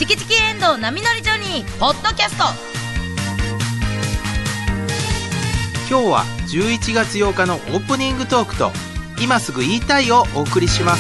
チキチキエンドウ波乗りジョニー」ポッドキャスト。 今日は11月8日のオープニングトークと今すぐ言いたいをお送りします。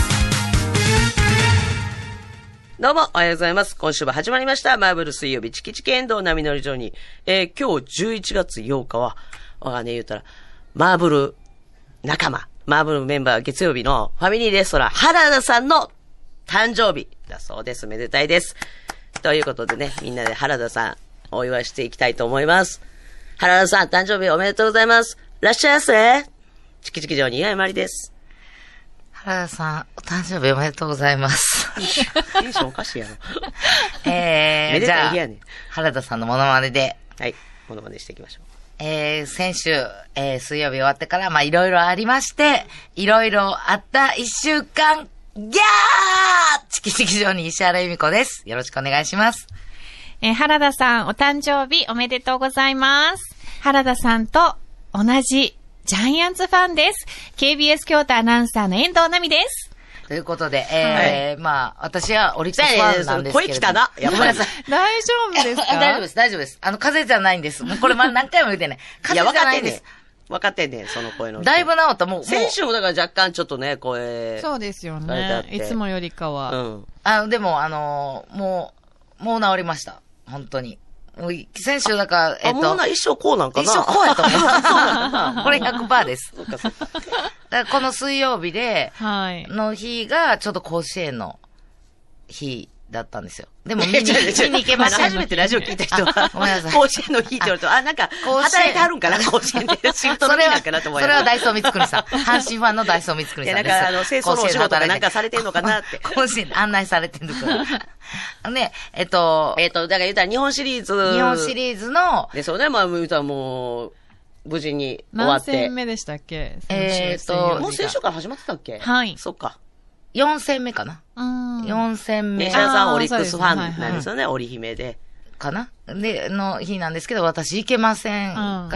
どうもおはようございます。今週も始まりましたマーブル水曜日チキチキエンドウ波乗りジョニー。今日11月8日は言うたらマーブル仲間、マーブルメンバー月曜日のファミリーレストラン原田さんの誕生日だそうです。めでたいです。ということでね、みんなで原田さんお祝いしていきたいと思います。原田さん、誕生日おめでとうございます。らっしゃいませ。チキチキジョニー、まりです。 原田さん、お誕生日おめでとうございます。 テンションおかしいやろ。 めでたい日やねん。 原田さんのモノマネで。 はい、モノマネしていきましょう。 先週、水曜日終わってから、いろいろありまして、いろいろあった一週間、ギャーチキチキジョニー石原由美子です。よろしくお願いします。 原田さん、お誕生日おめでとうございます。原田さんと同じジャイアンツファンです。KBS 京都アナウンサーの遠藤奈美です。 ということで、私はオリックスファンなんですけれども。 声来たな。やっぱり。 大丈夫ですか？ 大丈夫です、大丈夫です。風邪じゃないんです。もうこれ何回も言うてね。風邪じゃないんです。 分かってんねん、その声の。 だいぶ治った、もう。 先週もだから若干ちょっとね、声。 そうですよね。いつもよりかは。 でももう治りました。本当に。先週だから、 もう一生こうなんかな。 一生こうやと思う。これ 100% です。だからこの水曜日で、の日がちょっと甲子園の日だったんですよ。でも見に行けました。 初めてラジオ聞いた人は、 ごめんなさい。 甲子園の日って言うと、なんか、働いてはるんかな、甲子園で。シフトの日なんかなと思う。 それはダイソー三つくりさん。阪神ファンのダイソー三つくりさんです。 いや、なんか、清掃のお仕事がなんかされてんのかなって。 甲子園案内されてるから。ね、だから言うたら日本シリーズの、 で、そうね、言うたらもう、無事に終わって。 何戦目でしたっけ？ もう先週から始まってたっけ？ はい。 そっか。 4戦目かな。4戦目。 石原さんオリックスファンなんですよね、織姫で。 かなで、の日なんですけど、私行けませんから、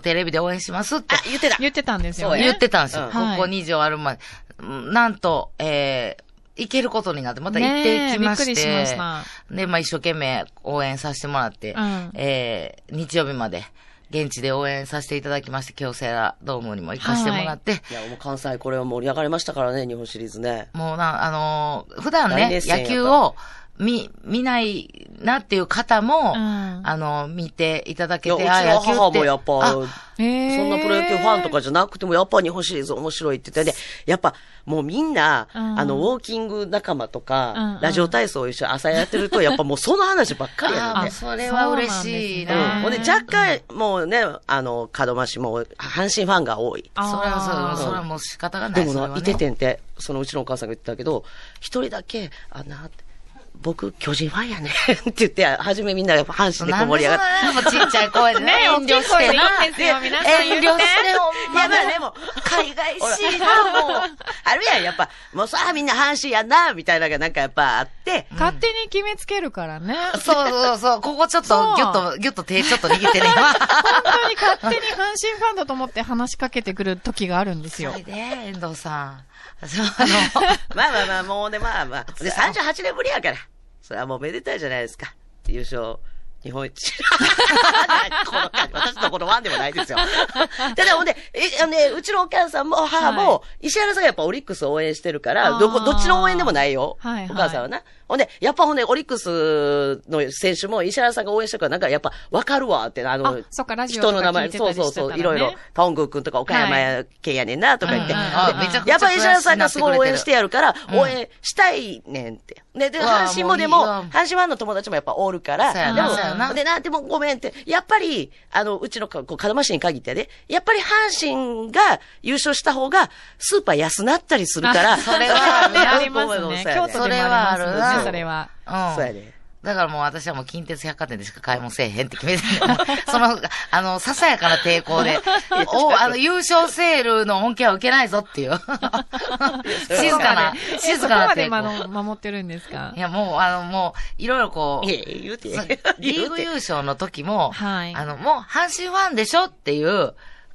テレビで応援しますって。 言ってた。 言ってたんですよね。 言ってたんですよ。ここ2条ある前。なんと、行けることになって、また行ってきまして。 びっくりしました。 で、一生懸命応援させてもらって、日曜日まで。現地で応援させていただきまして、京セラドームにも行かせてもらって。 いや、もう関西これは盛り上がりましたからね、日本シリーズね。 もう普段ね、野球を見ないなっていう方も、見ていただけて、 うちの母もやっぱ、そんなプロ野球ファンとかじゃなくても、やっぱ日本シリーズ面白いって言って、で、やっぱもうみんな、ウォーキング仲間とか、ラジオ体操を一緒に朝やってると、やっぱもうその話ばっかりやねんね。 それは嬉しいな。 ほんで、若干、もうね、門真市も、阪神ファンが多い。 それはもう仕方がない。 でもな、いててんって、そのうちのお母さんが言ってたけど、一人だけ、僕、巨人ファンやねって言って、はじめみんなが阪神でこう盛り上がって。 もうちっちゃい声でね、遠慮してな。 遠慮してほんま。 いや、でも、 海外しいな、もう。 あるやん、やっぱ、もうさ、みんな阪神やんな、みたいなのがなんかやっぱあって。 勝手に決めつけるからね。 そう。ここちょっと、ギュッと手ちょっと握ってね。 本当に勝手に阪神ファンだと思って話しかけてくる時があるんですよ。 遠藤さん。 まあ、もうね、まあ。で、38年ぶりやから。それはもうめでたいじゃないですか。優勝、日本一。私のこのワンでもないですよ。ただほんで、うちのお母さんも母も、石原さんがやっぱオリックスを応援してるから、どっちの応援でもないよ。お母さんはな。ほんで、やっぱオリックスの選手も石原さんが応援してるから、なんかやっぱわかるわって、 そっか、ラジオとか聞いてたりしてたらね。 そう、いろいろ、パオングー君とか岡山県やねんな、とか言って。やっぱ石原さんがすごい応援してやるから、応援したいねんって。で、阪神もでも、阪神ファンの友達もやっぱおるから、でもごめんって、やっぱり、うちの門真市に限ってね、やっぱり阪神が優勝した方が、スーパー安なったりするから、 それはありますね。京都でもありますね、それは。 そうやね。 だからもう私はもう近鉄百貨店でしか買い物せえへんって決めてささやかな抵抗で、優勝セールの恩恵は受けないぞっていう。静かな抵抗。 そこまで守ってるんですか？ いや、もう、いろいろこう、リーグ優勝の時も、もう阪神ファンでしょっていう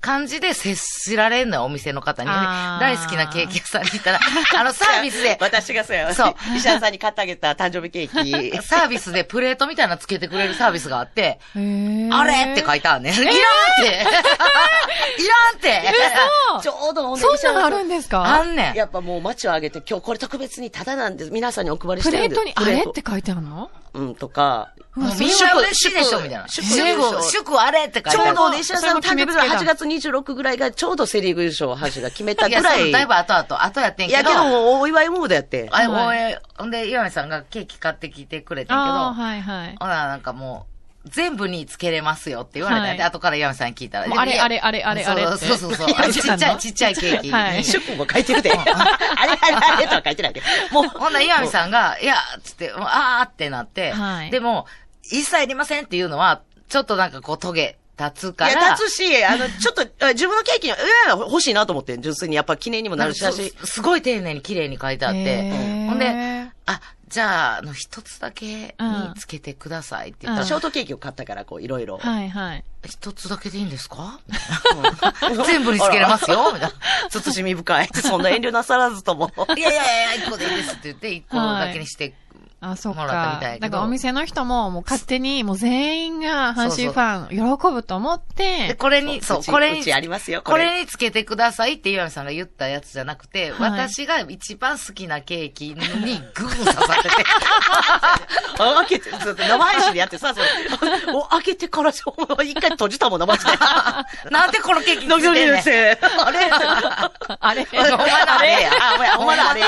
感じで接しられんのよ、お店の方に。 あー大好きなケーキ屋さんに行ったら、サービスで、 私がそうや。 そう石原さんに買ってあげた誕生日ケーキ。 サービスでプレートみたいなのつけてくれるサービスがあって、 へーあれって書いてあるね。いらんっていらんってちょうどほんでそんなのあるんですか？ あんねん。 やっぱもう街を挙げて、今日これ特別にタダなんで、皆さんにお配りしてるんでプレートにあれって書いてあるの？ うん、とか。 もうみんな嬉しいでしょ、みたいな。祝あれって書いてある。 ちょうどね、石原さんの誕生日が8月26ぐらいが、ちょうどセリーグ優勝を阪神が決めたぐらい。 だいぶ後やってんけど。 いやけども、お祝いムードやって。 ほんで、岩見さんがケーキ買ってきてくれてんけど、 はいはい。 ほら、なんかもう、全部につけれますよって言われたんで、後から岩見さんに聞いたら。 あれって。 そう。ちっちゃいケーキに。 シュックも書いてるで。あれとは書いてないで。 もう、ほんなら岩見さんが、いや、つって、あーってなって、でも、一切いりませんっていうのは、ちょっとなんかこう、トゲ立つから。 いや、立つし、ちょっと、自分のケーキに、欲しいなと思って、純粋にやっぱ記念にもなるし。 すごい丁寧に綺麗に書いてあって、ほんで、じゃあ、一つだけにつけてくださいって言ったら、 ショートケーキを買ったから、こう、いろいろ。 はいはい。 一つだけでいいんですか全部につけれますよみたいな。 慎み深い。そんな遠慮なさらずとも。 いや、一個でいいですって言って、一個だけにしてそっもらったみたいけど。 なんかお店の人も、もう勝手に、もう全員が阪神ファン喜ぶと思って、 で、これにありますよ、 これにつけてくださいって岩見さんが言ったやつじゃなくて、私が一番好きなケーキにグー刺さってて。 開けて、生配信でやってさ、開けてから一回閉じたもんな、マジで。 なんでこのケーキつけてんねん。 あれお前らあれ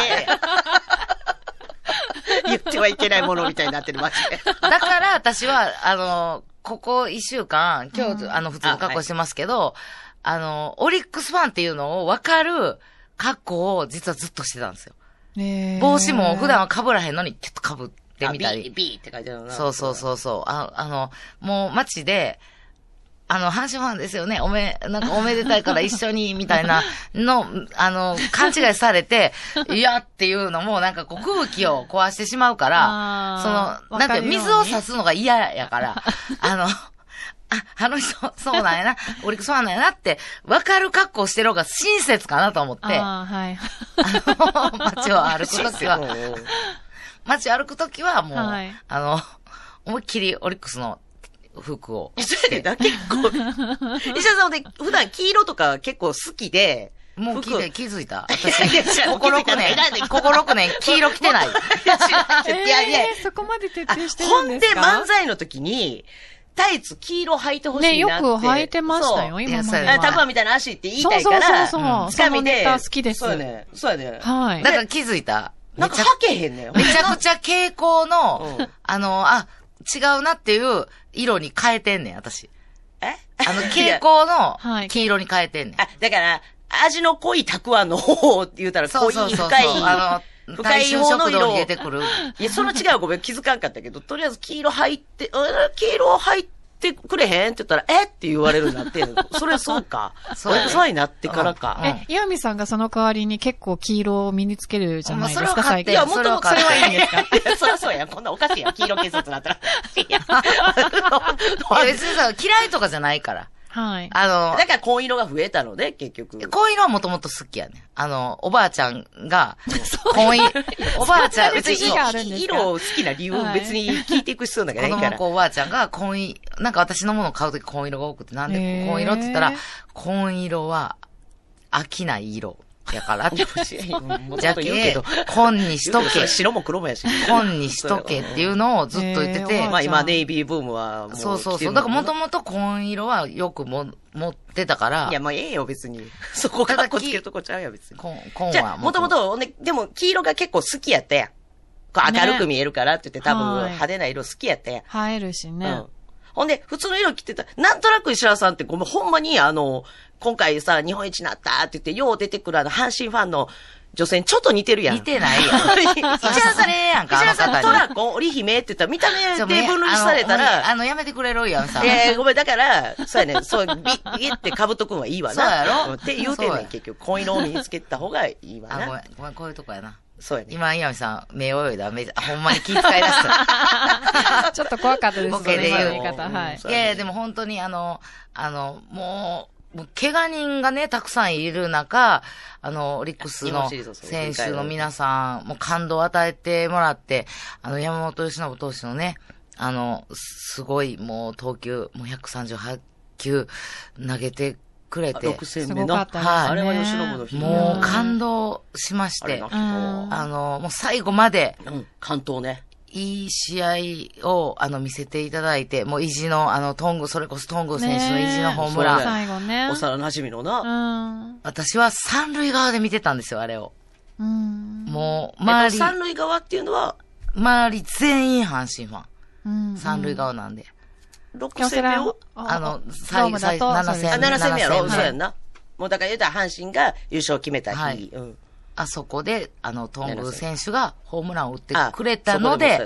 言ってはいけないものみたいになってる、マジで。 だから私は、ここ一週間、今日、普通の格好してますけど、オリックスファンっていうのを分かる格好を実はずっとしてたんですよ。帽子も普段は被らへんのに、キュッと被ってみたり。 B って書いてあるな。 そう。もう街で、阪神ファンですよね。なんかおめでたいから一緒に、みたいなの、勘違いされて、いやっていうのも、なんかこう空気を壊してしまうから、なんか水を差すのが嫌やから、あの人、そうなんやな、オリックスファンなんやなって、わかる格好してる方が親切かなと思って、街を歩くときは、もう、思いっきりオリックスの、服を結構、石田さんで普段黄色とか結構好きで、 もう気づいた。私、ここ6年、黄色着てない。 そこまで徹底してるんですか？ ほんで漫才の時に、タイツ黄色履いてほしいなって。 ね、よく履いてましたよ、今まで。 タバみたいな足って言いたいから、 つかみで。好きです。 そうやね。 はい。 だから気づいた。 なんか履けへんねん。 めちゃくちゃ蛍光の、違うなっていう色に変えてんねん、私。蛍光の黄色に変えてんねん。 だから、味の濃いたくあんの方を言うたら、濃い、深い、 深い方の色に出てくる。 いや、その違いはごめん、気づかんかったけど、とりあえず黄色入って、黄色入ってくれへんって言ったら、って言われるようになってんの。それそうか。そうになってからか。 岩見さんがその代わりに結構黄色を身につけるじゃないですか、最近。 いや、もっとそれはいいんですか？いや、そりゃそうや。こんなおかしいやん。黄色警察だったら。いや、 別にさ、嫌いとかじゃないから。 はい。 だから紺色が増えたので、結局。 紺色はもともと好きやね。おばあちゃんが、紺色、おばあちゃん、 別に色を好きな理由を別に聞いていく必要なんかないから。 子供のおばあちゃんが紺色、なんか私のものを買うとき紺色が多くて、なんで紺色って言ったら、紺色は飽きない色。やからって。じゃけ、紺にしとけ。 白も黒もやし。 紺にしとけっていうのをずっと言ってて。 まあ今ネイビーブームはもう。 そう。だからもともと紺色はよく持ってたから。 いや、まあええよ別に。そこからこつけるとこちゃうよ別に。 紺は。 もともと、でも黄色が結構好きやったやん。明るく見えるからって言って多分派手な色好きやったやん。 映えるしね。 ほんで、普通の色着てた。なんとなく石原さんってごめん、ほんまに今回さ、日本一になったって言って、よう出てくる阪神ファンの女性にちょっと似てるやん。 似てないやん。石原さん、トラコ、織姫って言ったら、見た目で分類されたら。 やめてくれるやんさ。 ごめん、だから、そうやねそう、ビってかぶとくんはいいわな。 そうやろって言うてんねん、結局。紺色を身につけた方がいいわな。 ごめん、こういうとこやな。 そうやね。 今、岩見さん、目泳いだ。ほんまに気遣い出した。 ちょっと怖かったですね。 ボケで言う。 はい。 いやでも本当にもう、 もう怪我人がね、たくさんいる中、オリックスの選手の皆さん、もう感動を与えてもらって、山本由伸投手のね、すごいもう投球、もう138球投げてくれて。 6戦す目の。 ごかったですね。 あれは吉野の日。 もう感動しまして、もう最後まで、 関東ね。 いい試合を、見せていただいて、もう意地の、それこそトング選手の意地のホームラン。 最後ね。 幼馴染のな。 私は三塁側で見てたんですよ、あれを。もう、 三塁側っていうのは周り全員阪神ファン。三塁側なんで。 6戦目を 7戦目やろそうやんな。もうだから言うたら阪神が優勝決めた日。 あそこで、トング選手がホームランを打ってくれたので、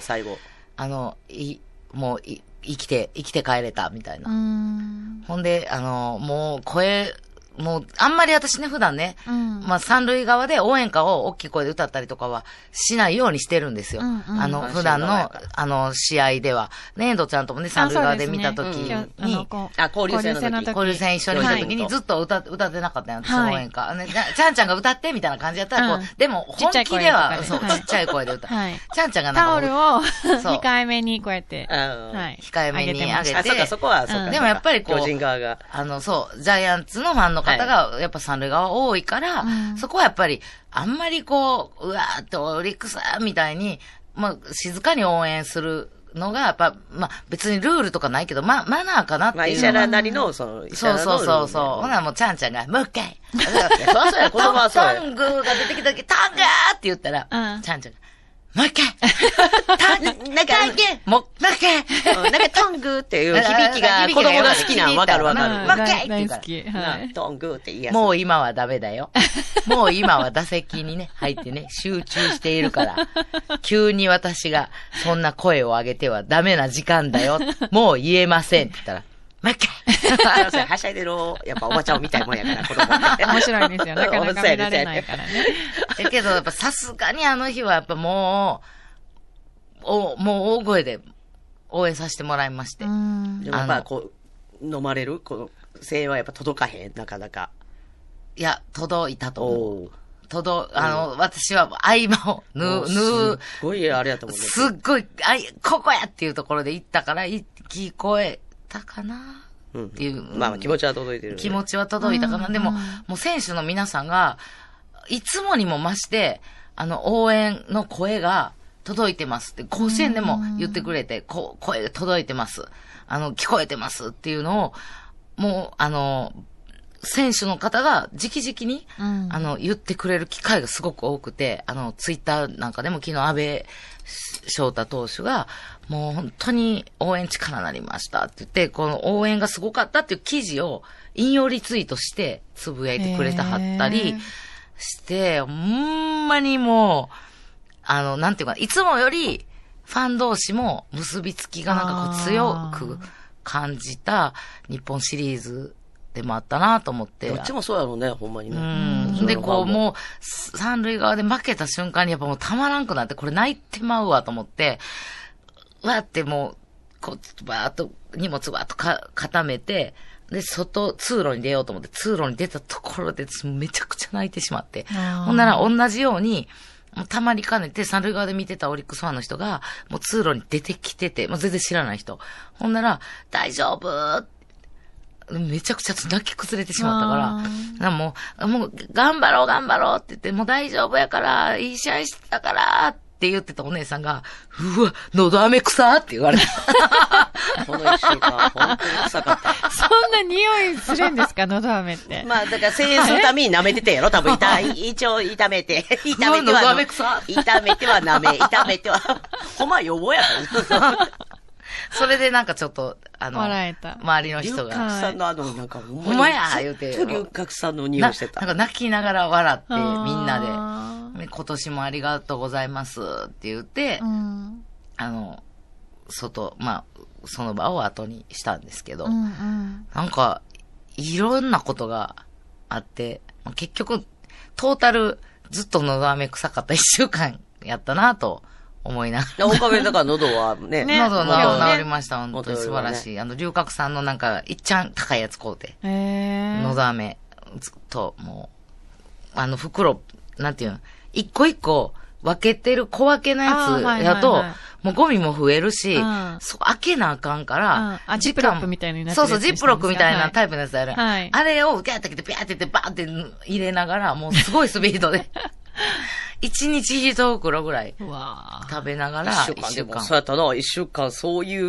もう、生きて帰れた、みたいな。ほんで、もうあんまり私ね、普段ね、三塁側で応援歌を大きい声で歌ったりとかはしないようにしてるんですよ。普段の、試合では。ね、遠藤ちゃんともね、三塁側で見たときに、 交流戦の時。 交流戦一緒に見たときにずっと歌ってなかったよ、私の応援歌。ちゃんちゃんが歌ってみたいな感じやったら、でも本気では、そう、ちっちゃい声で歌う。ちゃんちゃんがタオルを控えめにこうやって、 控えめに上げて。 そこは、そうか。 でもやっぱりこう、 巨人側が。 そう、ジャイアンツのファンの方が、やっぱ三塁側多いから、そこはやっぱり、あんまりこう、うわーっとオリックスみたいに、静かに応援するのが、やっぱ、別にルールとかないけど、マナーかなっていう。 石原なりの、そう。 ほなもうちゃんちゃんが、もう一回。 そうや、子供はそうや。 タングが出てきた時、タングーって言ったら、ちゃんちゃんが、もう一回なんかトングっていう響きが子供が好きなわかるわかる。 もう一回って言うから。 トングって言いやすい。 もう今はダメだよ。もう今は打席にね、入ってね、集中しているから。急に私がそんな声を上げてはダメな時間だよ。もう言えませんって言ったら、もう一回はしゃいでろ。やっぱおばちゃんを見たいもんやから、子供って。 面白いですよ。なかなか見られないからね。 だけど、やっぱさすがにあの日はやっぱもう大声で応援させてもらいまして。でもやっぱこう、飲まれるこの声援はやっぱ届かへん、なかなか。 いや、届いたと思う。私は合間をすっごいあれやと思うね。 すっごい、ここやっていうところで行ったから、聞こえたかなっていう。 気持ちは届いてる。 気持ちは届いたかな。でも、もう選手の皆さんが、いつもにも増して、応援の声が届いてますって、甲子園でも言ってくれて、声届いてます。聞こえてますっていうのを、もう、選手の方が直々に、言ってくれる機会がすごく多くて、ツイッターなんかでも昨日安倍翔太投手が、もう本当に応援力になりましたって言って、この応援がすごかったっていう記事を引用リツイートしてつぶやいてくれたはったりして、ほんまにもう、なんていうか、いつもよりファン同士も結びつきがなんかこう強く感じた日本シリーズでもあったなと思って。 どっちもそうやろうね、ほんまにね。 で、こう、もう、三塁側で負けた瞬間にやっぱもうたまらんくなって、これ泣いてまうわと思って、わーってもう、こう、バーっと、荷物バーっと固めて、で、通路に出ようと思って、通路に出たところで、めちゃくちゃ泣いてしまって。ほんなら、同じように、もうたまりかねて、三塁側で見てたオリックスファンの人が、もう通路に出てきてて、もう全然知らない人。ほんなら、大丈夫めちゃくちゃ泣き崩れてしまったから、もう、頑張ろうって言って、もう大丈夫やから、いい試合してたから、って言ってたお姉さんが、うわ、喉飴臭って言われた。 この一週間、本当に臭かった。 そんな匂いするんですか、喉飴って。 だから声援するために舐めてたやろ、多分。一応、炒めては、 喉飴臭炒めては舐め、炒めては、ほんま予防やから。 それでなんかちょっと、 笑えた。 周りの人が。 龍角散のなんか、 ほんまや言うて。 龍角散の匂いしてた。 なんか泣きながら笑って、みんなで、今年もありがとうございますって言って、その場を後にしたんですけど、なんか、いろんなことがあって、結局、トータル、ずっと喉飴臭かった一週間やったなと思いながら。 おかげでだから喉はね。 ね喉今日ね治りました。本当に素晴らしい。龍角散のなんか、いっちゃん高いやつ買うて。喉飴。ずっと、もう、袋、なんていうの、一個一個分けてる小分けのやつやと、もうゴミも増えるし、そこ開けなあかんから、 ジップロックみたいになってそうそう、ジップロックみたいなタイプのやつある。 はい。 あれをギャーってきて、ピャーってバーって入れながら、もうすごいスピードで。一日一袋ぐらい食べながら、 一週間。そうやったな、一週間、そういう、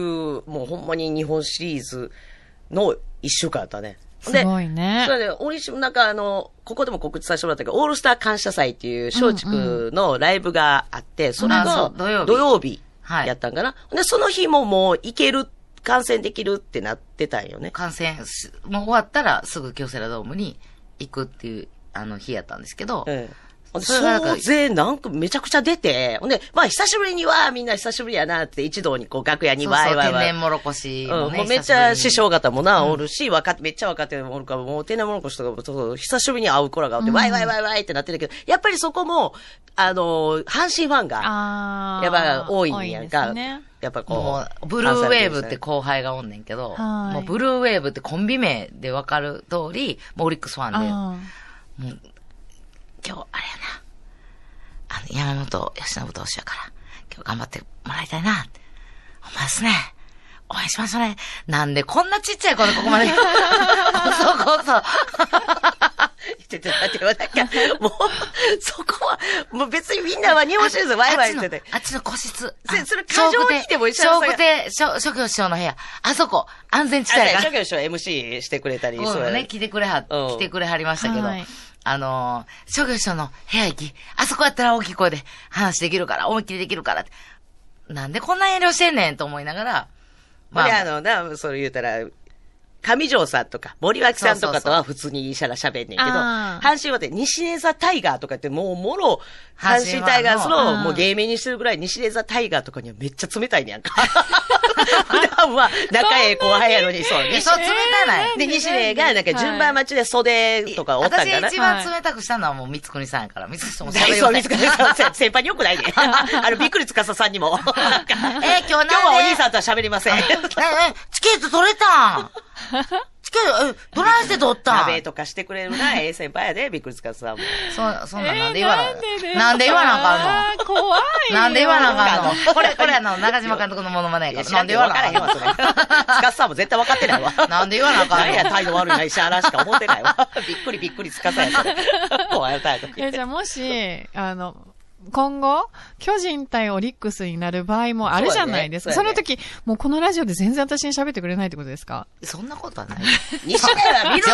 もうほんまに日本シリーズの一週間やったね。 すごいね。 それで、なんかここでも告知させてもらったけど、オールスター感謝祭っていう松竹のライブがあって、それが土曜日やったんかな。で、その日ももう行ける、観戦できるってなってたんよね。 観戦、もう終わったらすぐ京セラドームに行くっていう、日やったんですけど、 総勢なんかめちゃくちゃ出て、ほんで、まあ久しぶりにみんな久しぶりやなって一堂にこう楽屋にわいわい。 天然もろこしもね。 もうめっちゃ師匠方もおるし、めっちゃ若手もおるから、もう天然もろこしとかも久しぶりに会う子らがおって、わいわいわいわいってなってるけど、やっぱりそこも、阪神ファンが、やっぱ多いんやんか。やっぱこう。 もう、ブルーウェーブって後輩がおんねんけど、もうブルーウェーブってコンビ名でわかる通り、もうオリックスファンで、もう、今日、あれやな。山本由伸投手やから、今日頑張ってもらいたいな。ほんまですね。応援しますね。なんでこんなちっちゃい子でここまで。こそこそ。 ちょっと待って、もう、そこは、もう別にみんなは日本シリーズワイワイしてて。 あっちの個室。 それ過剰に来ても一緒に。諸教師匠の部屋。あそこ、安全地帯やから。 諸教師匠 MC してくれたり、 そうね、来てくれはりましたけど。諸教師匠の部屋行き、あそこやったら大きい声で話できるから、思いっきりできるからって。なんでこんな遠慮してんねんと思いながら。 まあ、それ言うたら、上条さんとか、森脇さんとかとは普通に喋んねんけど、阪神はね、西根座タイガーとかってもうもろ、阪神タイガースのもう芸名にしてるぐらい西根座タイガーとかにはめっちゃ冷たいねやんか。普段は仲ええ後輩やのに、そう。 そう、冷たない。 で、西根がなんか順番待ちで袖とかおったんかな。 私一番冷たくしたのはもう三つ国さんやから、三つ国さんも喋りそう、三つ国さん、先輩によくないね。びっくりつかささんにも。今日はお兄さんとは喋りません。 チケット取れたんチケット、どないして取ったん鍋とかしてくれるな、先輩やで、びっくりつかさんも。 そんなんで言わななんで言わなあかんの怖い。 なんで言わなあかんのこれ中島監督のモノマネやから。なんで言わなあかんのつかさんも絶対分かってないわ。 なんで言わなあかんの何や、態度悪いな、石原しか思ってないわ。びっくりつかさやそれ。怖い態度。 じゃあもし、今後、巨人対オリックスになる場合もあるじゃないですか。その時、もうこのラジオで全然私に喋ってくれないってことですか？ そんなことはない。 西根は見るな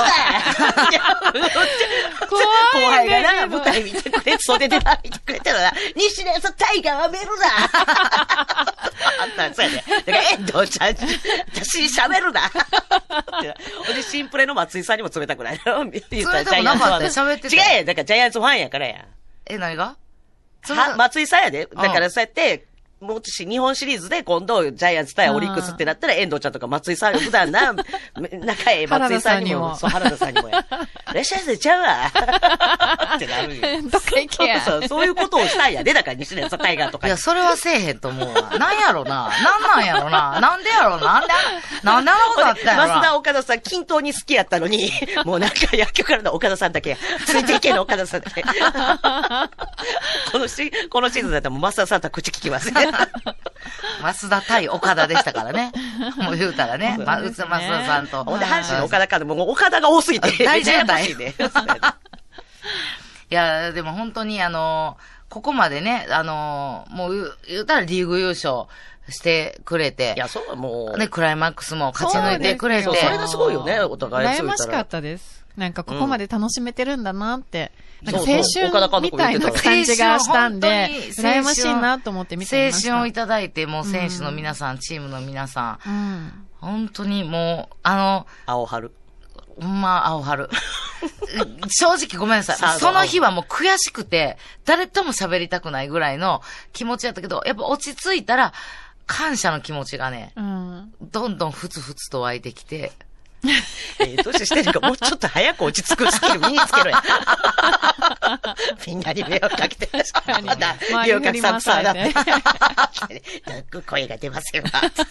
後輩がな、舞台見てくれ、袖で見てくれてるな。西根さん、タイガーは見るなあんた、そうやね。だから、遠藤ちゃん、私に喋るなで、シンプレの松井さんにも冷たくないの冷たくなかった喋ってた。 違うやん。だからジャイアンツファンやからやん。 何が松井さんやで。だからそうやって、もし日本シリーズで今度ジャイアンツ対オリックスってなったら遠藤ちゃんとか松井さん普段な、仲ええ松井さんにも、そう、原田さんにもや。いらっしゃいせちゃうわってなるよ。 どっか行けや。 そういうことをしたいやで。だから西根さんタイガーとか。 いや、それはせえへんと思うわ。なんやろな。なんやろな。なんでやろな。なんであのことあったんやろな。 増田岡田さん均等に好きやったのに、もうなんか野球からの岡田さんだけや。ついていけの岡田さんだけ。このシーズンだったらもう増田さんとは口聞きますね。 増田対岡田でしたからね。もう言うたらね。増田さんと。 ほんで、阪神の岡田からもう岡田が多すぎて。 大事だよ。いや、でも本当にここまでね、もう言うたらリーグ優勝してくれて。 いや、そうもう。 ね、クライマックスも勝ち抜いてくれて。 それがすごいよね、お互い。 羨ましかったです。なんかここまで楽しめてるんだなって。なんか青春みたいな感じがしたんで、羨ましいなと思って見てました。 青春をいただいて、もう選手の皆さん、チームの皆さん、本当にもう、 青春。 青春。正直ごめんなさい。その日はもう悔しくて、誰とも喋りたくないぐらいの気持ちだったけど、やっぱ落ち着いたら、感謝の気持ちがね、どんどんふつふつと湧いてきて、 年してるからもうちょっと早く落ち着くスキル身につけろや。みんなに迷惑かけてました。まだ、両角さんさ、だって。声が出ませんわ。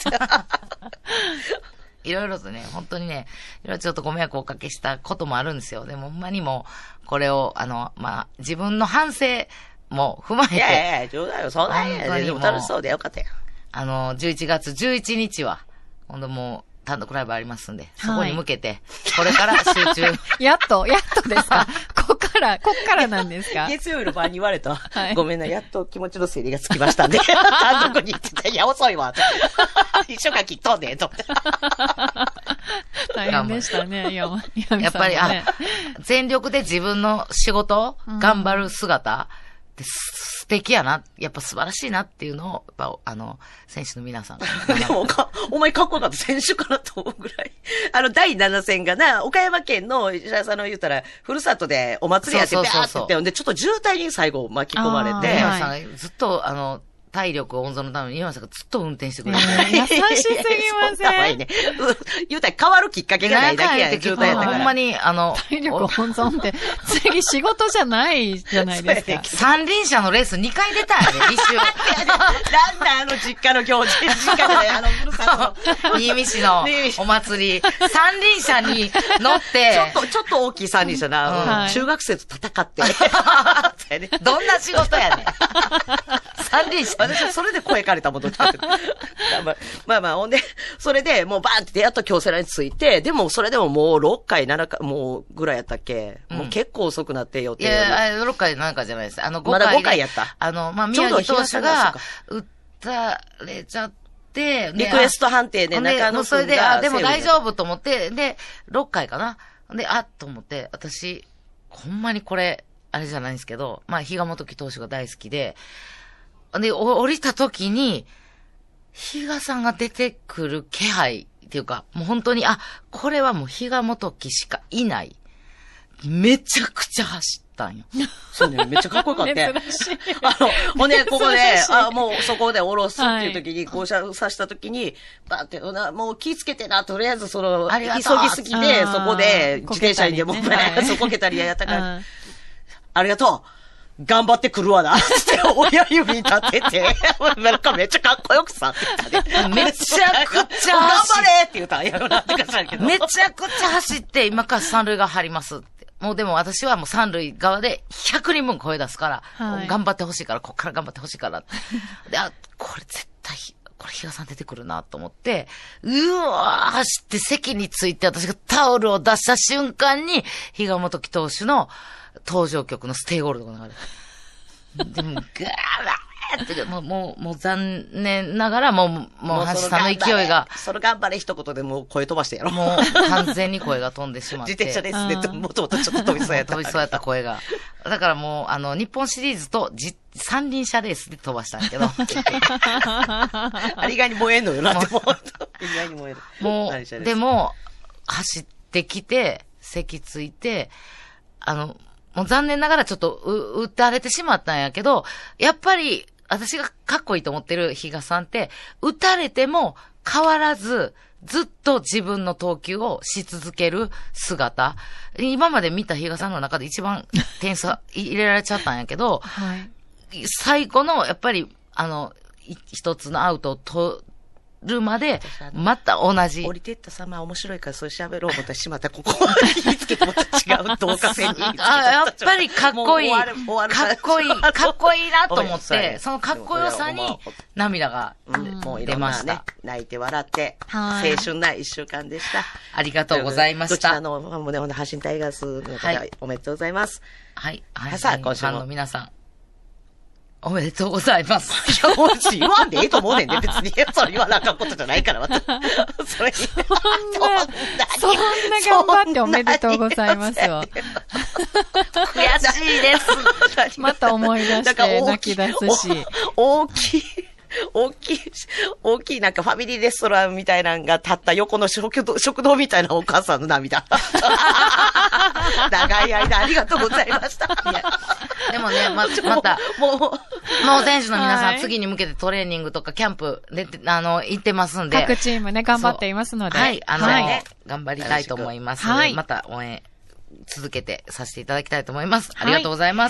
いろいろとね、本当にね、いろいろちょっとご迷惑をおかけしたこともあるんですよ。でも、ほんまにもう、これを、自分の反省も踏まえて。 いやいや、冗談よ、そうなんや。でも楽しそうでよかったよ。 11月11日は、今度もう、単独ライブありますんで、そこに向けて、これから集中。 やっとですかこっからなんですか月曜日の晩に言われた。 はいごめんな、やっと気持ちの整理がつきましたんで、単独に行ってた。いや、遅いわ。一週間切っとんねん、と思って。 大変でしたね、やっぱり、全力で自分の仕事、頑張る姿、素敵やな、やっぱ素晴らしいなっていうのを、やっぱ選手の皆さん。 でもお前かっこよかった選手かなと思うぐらい。第7戦がな、岡山県の石原さんの言ったら、ふるさとでお祭りやって、ビャーって言って、で、ちょっと渋滞に最後巻き込まれて。 岩さんがずっと、体力温存のために岩さんがずっと運転してくれて。 優しすぎません。 ね。言うたら変わるきっかけがないだけや、渋滞やったから。 ほんまに、 体力温存って、次仕事じゃないじゃないですか。 三輪車のレース2回出たんやね、一周。 ランナーの実家の行事、実家じゃない、ふるさとの。 新見市のお祭り。三輪車に乗って。 ちょっと大きい三輪車な、中学生と戦って。 どんな仕事やねん。三輪車。 私はそれで声かれたもん、どっちかって。まあ、ほんで、それでもうバーンってやっと京セラに着いて、でもそれでももう6回、7回、もうぐらいやったっけ、もう結構遅くなって予定より。 いや、6回7回じゃないです。5回。 まだ5回やった。 宮城投手が、打たれちゃって、 リクエスト判定で中野それで、でも大丈夫と思って、で、6回かな。で、と思って、私、ほんまにこれ、あれじゃないんですけど、比嘉元樹投手が大好きで、で、降りた時に、比嘉さんが出てくる気配っていうか、もう本当に、これはもう比嘉元樹しかいない。めちゃくちゃ走ったんよ。 そうね、めっちゃかっこよかった。 珍しい。 ほんで、ここで、もうそこで降ろすっていう時に、降車させた時に、バーって、もう気ぃつけてな、とりあえず急ぎすぎて、そこで自転車にでも、そこけたりやったから、ありがとう頑張ってくるわなって親指に立てて、なんかめっちゃかっこよくさって言ったね。 めちゃくちゃ頑張れって言ったんやろなってかさけど。 めちゃくちゃ走って、今から三塁側張りますって。もうでも私はもう三塁側で100人分声出すから、頑張ってほしいから、こっから頑張ってほしいから。で、これ絶対、これ比嘉さん出てくるなと思って、うわー走って席について私がタオルを出した瞬間に、比嘉元樹投手の登場曲のステイゴールドが流れて。でも、ガーって、もう残念ながら、もう橋さんの勢いが。 その頑張れ一言でもう声飛ばしてやろ。 もう完全に声が飛んでしまって。 自転車ですね。もともとちょっと飛びそうやった。 飛びそうやった声が。だからもう、日本シリーズと三輪車レースで飛ばしたんだけど。 あれ意外に燃えんのよなって思う。意外に燃える。 もう、でも、走ってきて、席ついて、もう残念ながらちょっと打たれてしまったんやけど、やっぱり私がかっこいいと思ってる比嘉さんって、打たれても変わらず、ずっと自分の投球をし続ける姿。今まで見た比嘉さんの中で一番点差入れられちゃったんやけど、最後のやっぱり、一つのアウトを取るまで、また同じ。 降りてった様面白いからそう喋ろう思ったらしまったここに引きつけてまた違う導火線に。 やっぱりかっこいい。かっこいいなと思って、そのかっこよさに涙が出ました。 泣いて笑って、青春な一週間でした。 ありがとうございました。どちらの、阪神タイガースの方、おめでとうございます。 はい。 さあ、今週の皆さん。おめでとうございます。 いや、もし言わんでいいと思うねんね、別に。それ言わなあかんことじゃないから、私。 そんな頑張っておめでとうございますよ。 悔しいです。 また思い出して泣き出すし。 大きい。 大きいなんかファミリーレストランみたいなのが立った横の食堂みたいなお母さんの涙。長い間ありがとうございました。 でもね、また、もう選手の皆さん、次に向けてトレーニングとかキャンプで、行ってますんで。 各チームね、頑張っていますので。 はい、頑張りたいと思いますので、また応援続けてさせていただきたいと思います。ありがとうございます。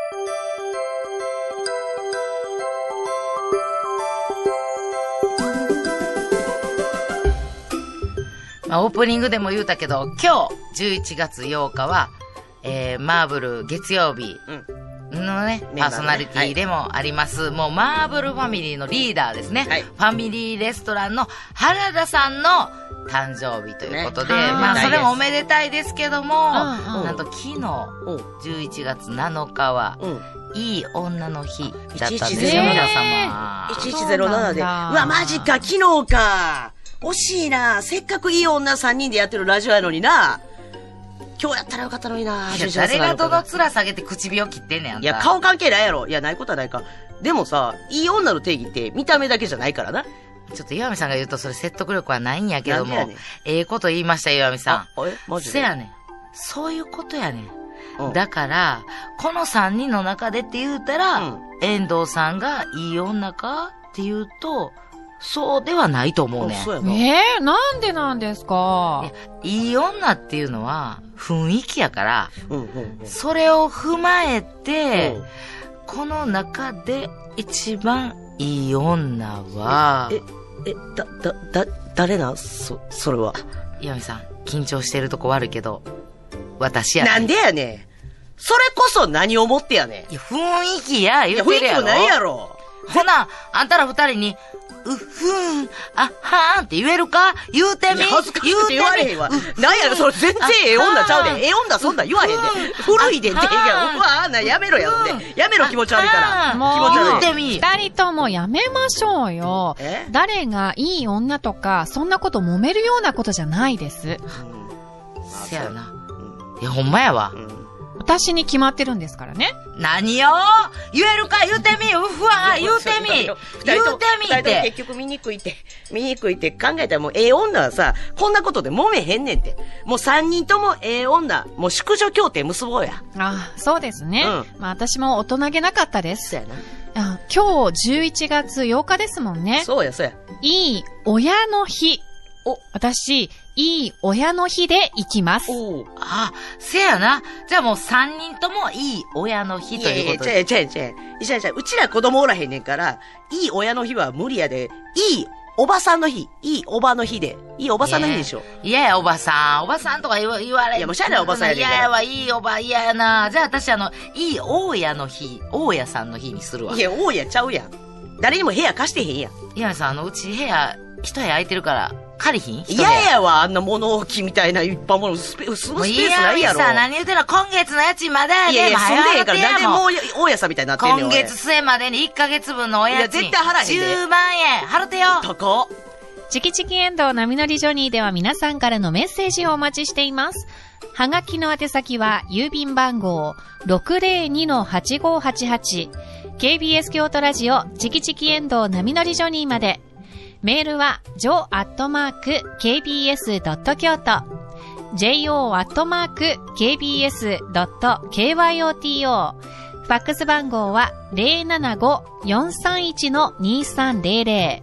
オープニングでも言うたけど、今日、11月8日は、マーブル月曜日のね、パーソナリティでもあります、もうマーブルファミリーのリーダーですね。ファミリーレストランの原田さんの誕生日ということで、それもおめでたいですけども、なんと昨日、11月7日は、いい女の日だったんですよ、皆様。 1107で。うわ、マジか、昨日か。惜しいな。せっかくいい女3人でやってるラジオやのにな。今日やったらよかったのにな。 誰がどの面下げて唇を切ってんねん、あんた。 いや、顔関係ないやろ。いや、ないことはないか。でもさ、いい女の定義って見た目だけじゃないからな。 ちょっと岩見さんが言うとそれ説得力はないんやけども、ええこと言いました、岩見さん。 マジで？ せやねん。そういうことやねん。だから、この3人の中でって言うたら、遠藤さんがいい女かって言うと、そうではないと思うね。 なんでなんですか？ いい女っていうのは雰囲気やから、それを踏まえて、この中で一番いい女は、 誰な？それは。 岩見さん、緊張してるとこ悪いけど、私やねん。 なんでやねん。それこそ何をもってやねん。 いや、雰囲気や、言うてるやろ。 雰囲気もないやろ。 ほな、あんたら二人に、あはーんって言えるか？言うてみ？ 恥ずかしくて言われへんわ。なんやろ、それ全然ええ女ちゃうで。ええ女そんなん言わへんで。古いでって。やめろやろね。やめろ気持ち悪いから。 もう、 言うてみ。 二人ともやめましょうよ。誰がいい女とか、そんなこと揉めるようなことじゃないです。 せやな。いや、ほんまやわ。 私に決まってるんですからね。 何よ言えるか言うてみ言うてみって。結局見にくいって考えたらもうええ女はさ、こんなことで揉めへんねんって。もう3人ともええ女、もう淑女協定結ぼうや。 そうですね。私も大人げなかったです。 そうやな。今日11月8日ですもんね。 そうや。 いい親の日。私、いい親の日で行きます。 せやな。じゃあもう3人ともいい親の日ということで。 うちら子供おらへんねんから、いい親の日は無理やで、いいおばさんの日、いいおばの日で、いいおばさんの日でしょ。 いやおばさん。おばさんとか言われいや、もうしゃあないおばさんやねんから。 いやいいおば、嫌やな。じゃあ私いい大家の日、大家さんの日にするわ。 いや、大家ちゃうやん。誰にも部屋貸してへんやん。 いやさん、うち部屋、一部屋空いてるから、借りひん？ 嫌やわ、あんな物置みたいないっぱいもの、スペースないやろ。 さ、何言うてんの？今月の家賃まだやで。 いや、住んでへんから、なんでもう大家さんみたいになってんねん。 今月末までに1ヶ月分のお家賃。 いや、絶対払えへんで。 10万円、払ってよ。 高っ。 チキチキエンドウ波乗りジョニーでは皆さんからのメッセージをお待ちしています。はがきの宛先は、郵便番号 602-8588 KBS 京都ラジオチキチキエンドウ波乗りジョニーまで。メールは jo@kbs.kyoto jo@kbs.kyoto ファックス番号は 075-431-2300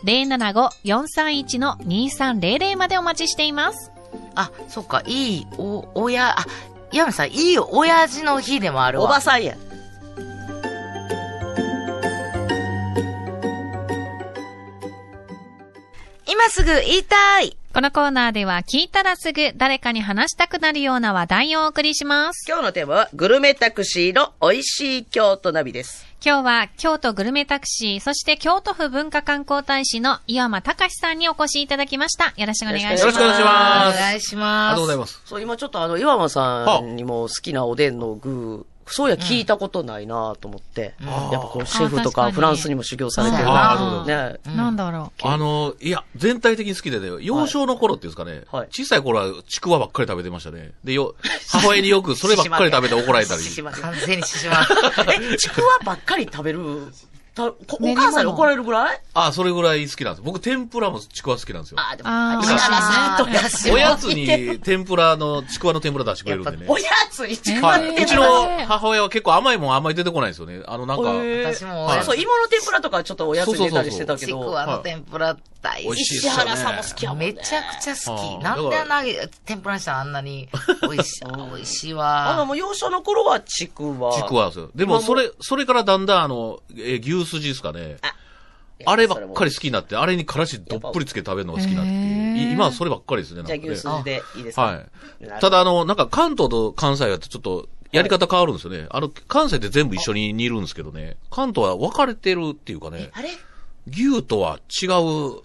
075-431-2300までお待ちしています。 そっか、いい親、山さん、いい親父の日でもあるわ。 おばさんや。 今すぐ言いたい。 このコーナーでは聞いたらすぐ誰かに話したくなるような話題をお送りします。 今日のテーマはグルメタクシーの美味しい京都ナビです。 今日は京都グルメタクシー、そして京都府文化観光大使の岩間隆さんにお越しいただきました。よろしくお願いします。 よろしくお願いします。 お願いします。 ありがとうございます。 そう、今ちょっと岩間さんにも好きなおでんの具、そうや聞いたことないなと思って。やっぱこうシェフとかフランスにも修行されてるな。 ね。なんだろう。いや、全体的に好きでね、幼少の頃っていうんですかね。小さい頃はちくわばっかり食べてましたね。で、母親によくそればっかり食べて怒られたり。 完全にししまう。 ちくわばっかり食べるっお母さんに怒られるぐらい？ それぐらい好きなんです。僕、天ぷらもちくわ好きなんですよ。 でも、石原さんと安い。 おやつに天ぷらの、ちくわの天ぷら出してくれるんでね。 おやつにちくわの天ぷら。 うちの母親は結構甘いもんあんまり出てこないんですよね。なんか。 私も。 そう、芋の天ぷらとかちょっとおやつに出たりしてたけど。 ちくわの天ぷら大好き。 石原さんも好きやもんね。 めちゃくちゃ好き。なんで天ぷらにしたらあんなに美味しいわ。 もう幼少の頃はちくわ。 ちくわですよ。でも、それからだんだん牛すじですかね。あればっかり好きになって、あれにからしどっぷりつけて食べるのが好きになって、今はそればっかりですね。 じゃあ牛すじでいいですか？ はい。ただなんか関東と関西はちょっとやり方変わるんですよね。関西って全部一緒に煮るんですけどね。関東は分かれてるっていうかね。 あれ？ 牛とは違うって、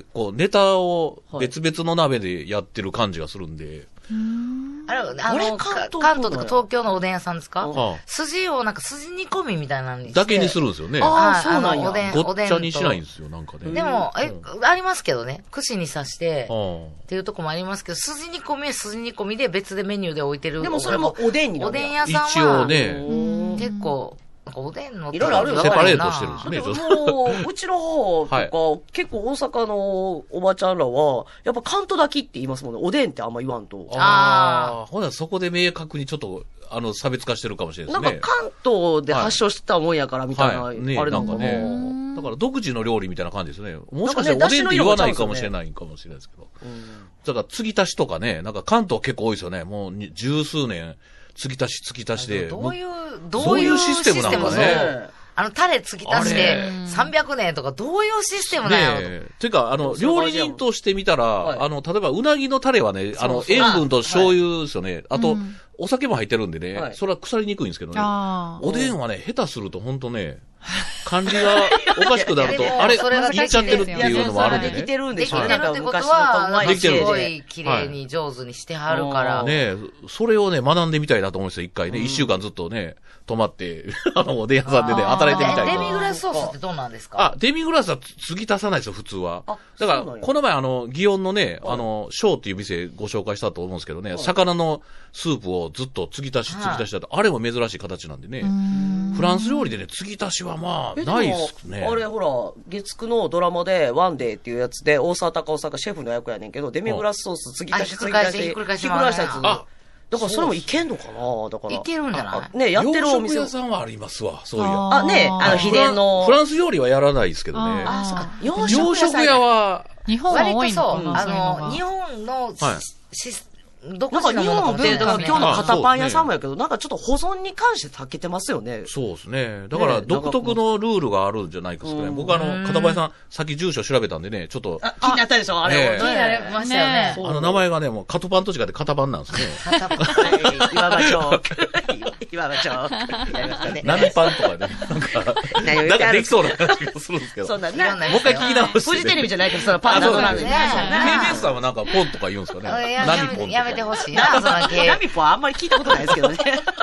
ネタを別々の鍋でやってる感じがするんで。 関東とか東京のおでん屋さんですか？筋を筋煮込みみたいなのにして。 だけにするんですよね。 そうなんや。 ごっちゃにしないんですよ、なんかね。 でも、ありますけどね。串に刺して、っていうとこもありますけど、筋煮込みは筋煮込みで別でメニューで置いてる。 でもそれもおでんになる。 おでん屋さんは。 一応ね。 結構、おでんのいろいろあるよ。 セパレートしてるんですね。 もう、うちの方とか、結構大阪のおばちゃんらは、やっぱ関東炊きって言いますもんね。おでんってあんま言わんと。 ほな、そこで明確にちょっと、差別化してるかもしれないですね。 なんか関東で発祥してたもんやからみたいな、あれなんかね。だから独自の料理みたいな感じですね。もしかしたらおでんって言わないかもしれないかもしれないですけど。だから継ぎ足しとかね、なんか関東結構多いですよね。もう十数年。継ぎ足しで。 どういうシステムなんかね。タレ継ぎ足して300年とかどういうシステムなんやろと。 ていうか、料理人として見たら、例えばうなぎのタレはね、塩分と醤油ですよね。あと、お酒も入ってるんでね、それは腐りにくいんですけどね。おでんはね、下手するとほんとね、感じがおかしくなると、あれ、いっちゃってるっていうのもあるんでね。 できてるんでしょ。 できてるってことは、すごい綺麗に上手にしてはるから。 ねそれをね、学んでみたいなと思うんですよ、一回ね。一週間ずっとね、泊まって、おでん屋さんでね、働いてみたいな。 デミグラスソースってどうなんですか？ デミグラスは継ぎ足さないですよ、普通は。だから、この前祇園のね、ショーっていう店ご紹介したと思うんですけどね、魚のスープをずっと継ぎ足しだと、あれも珍しい形なんでね。フランス料理でね、継ぎ足しはまあ、ないっすね。 あれほら、月9のドラマで、ワンデーっていうやつで、大沢たかおさんがシェフの役やねんけど、デミグラスソース継ぎ足しひっくり返したやつ。 だからそれもいけんのかなだから。 いけるんじゃないね、やってるお店。 洋食屋さんはありますわ、そういうやつ。 ね、秘伝の。 フランス料理はやらないですけどね。洋食屋は、 日本は多いのかな？日本の、 なんか日本って、だから今日の片パン屋さんもやけど、なんかちょっと保存に関して長けてますよね。 そうですね。だから独特のルールがあるんじゃないですかね。僕片パン屋さん、さっき住所調べたんでね、ちょっと。 気になったでしょあれ。 気になりましたよね。 名前がね、もうカトパンと違って片パンなんですね。 岩場町。岩場町。 何パンとかね。なんかできそうな感じがするんですけど。 そんな、もう一回聞き直して。 フジテレビじゃないけど、そのパンなどなんでね。 KBS さんはなんかポンとか言うんですかね。何ポンやめてほしいな、そのナミポはあんまり聞いたことないですけどね。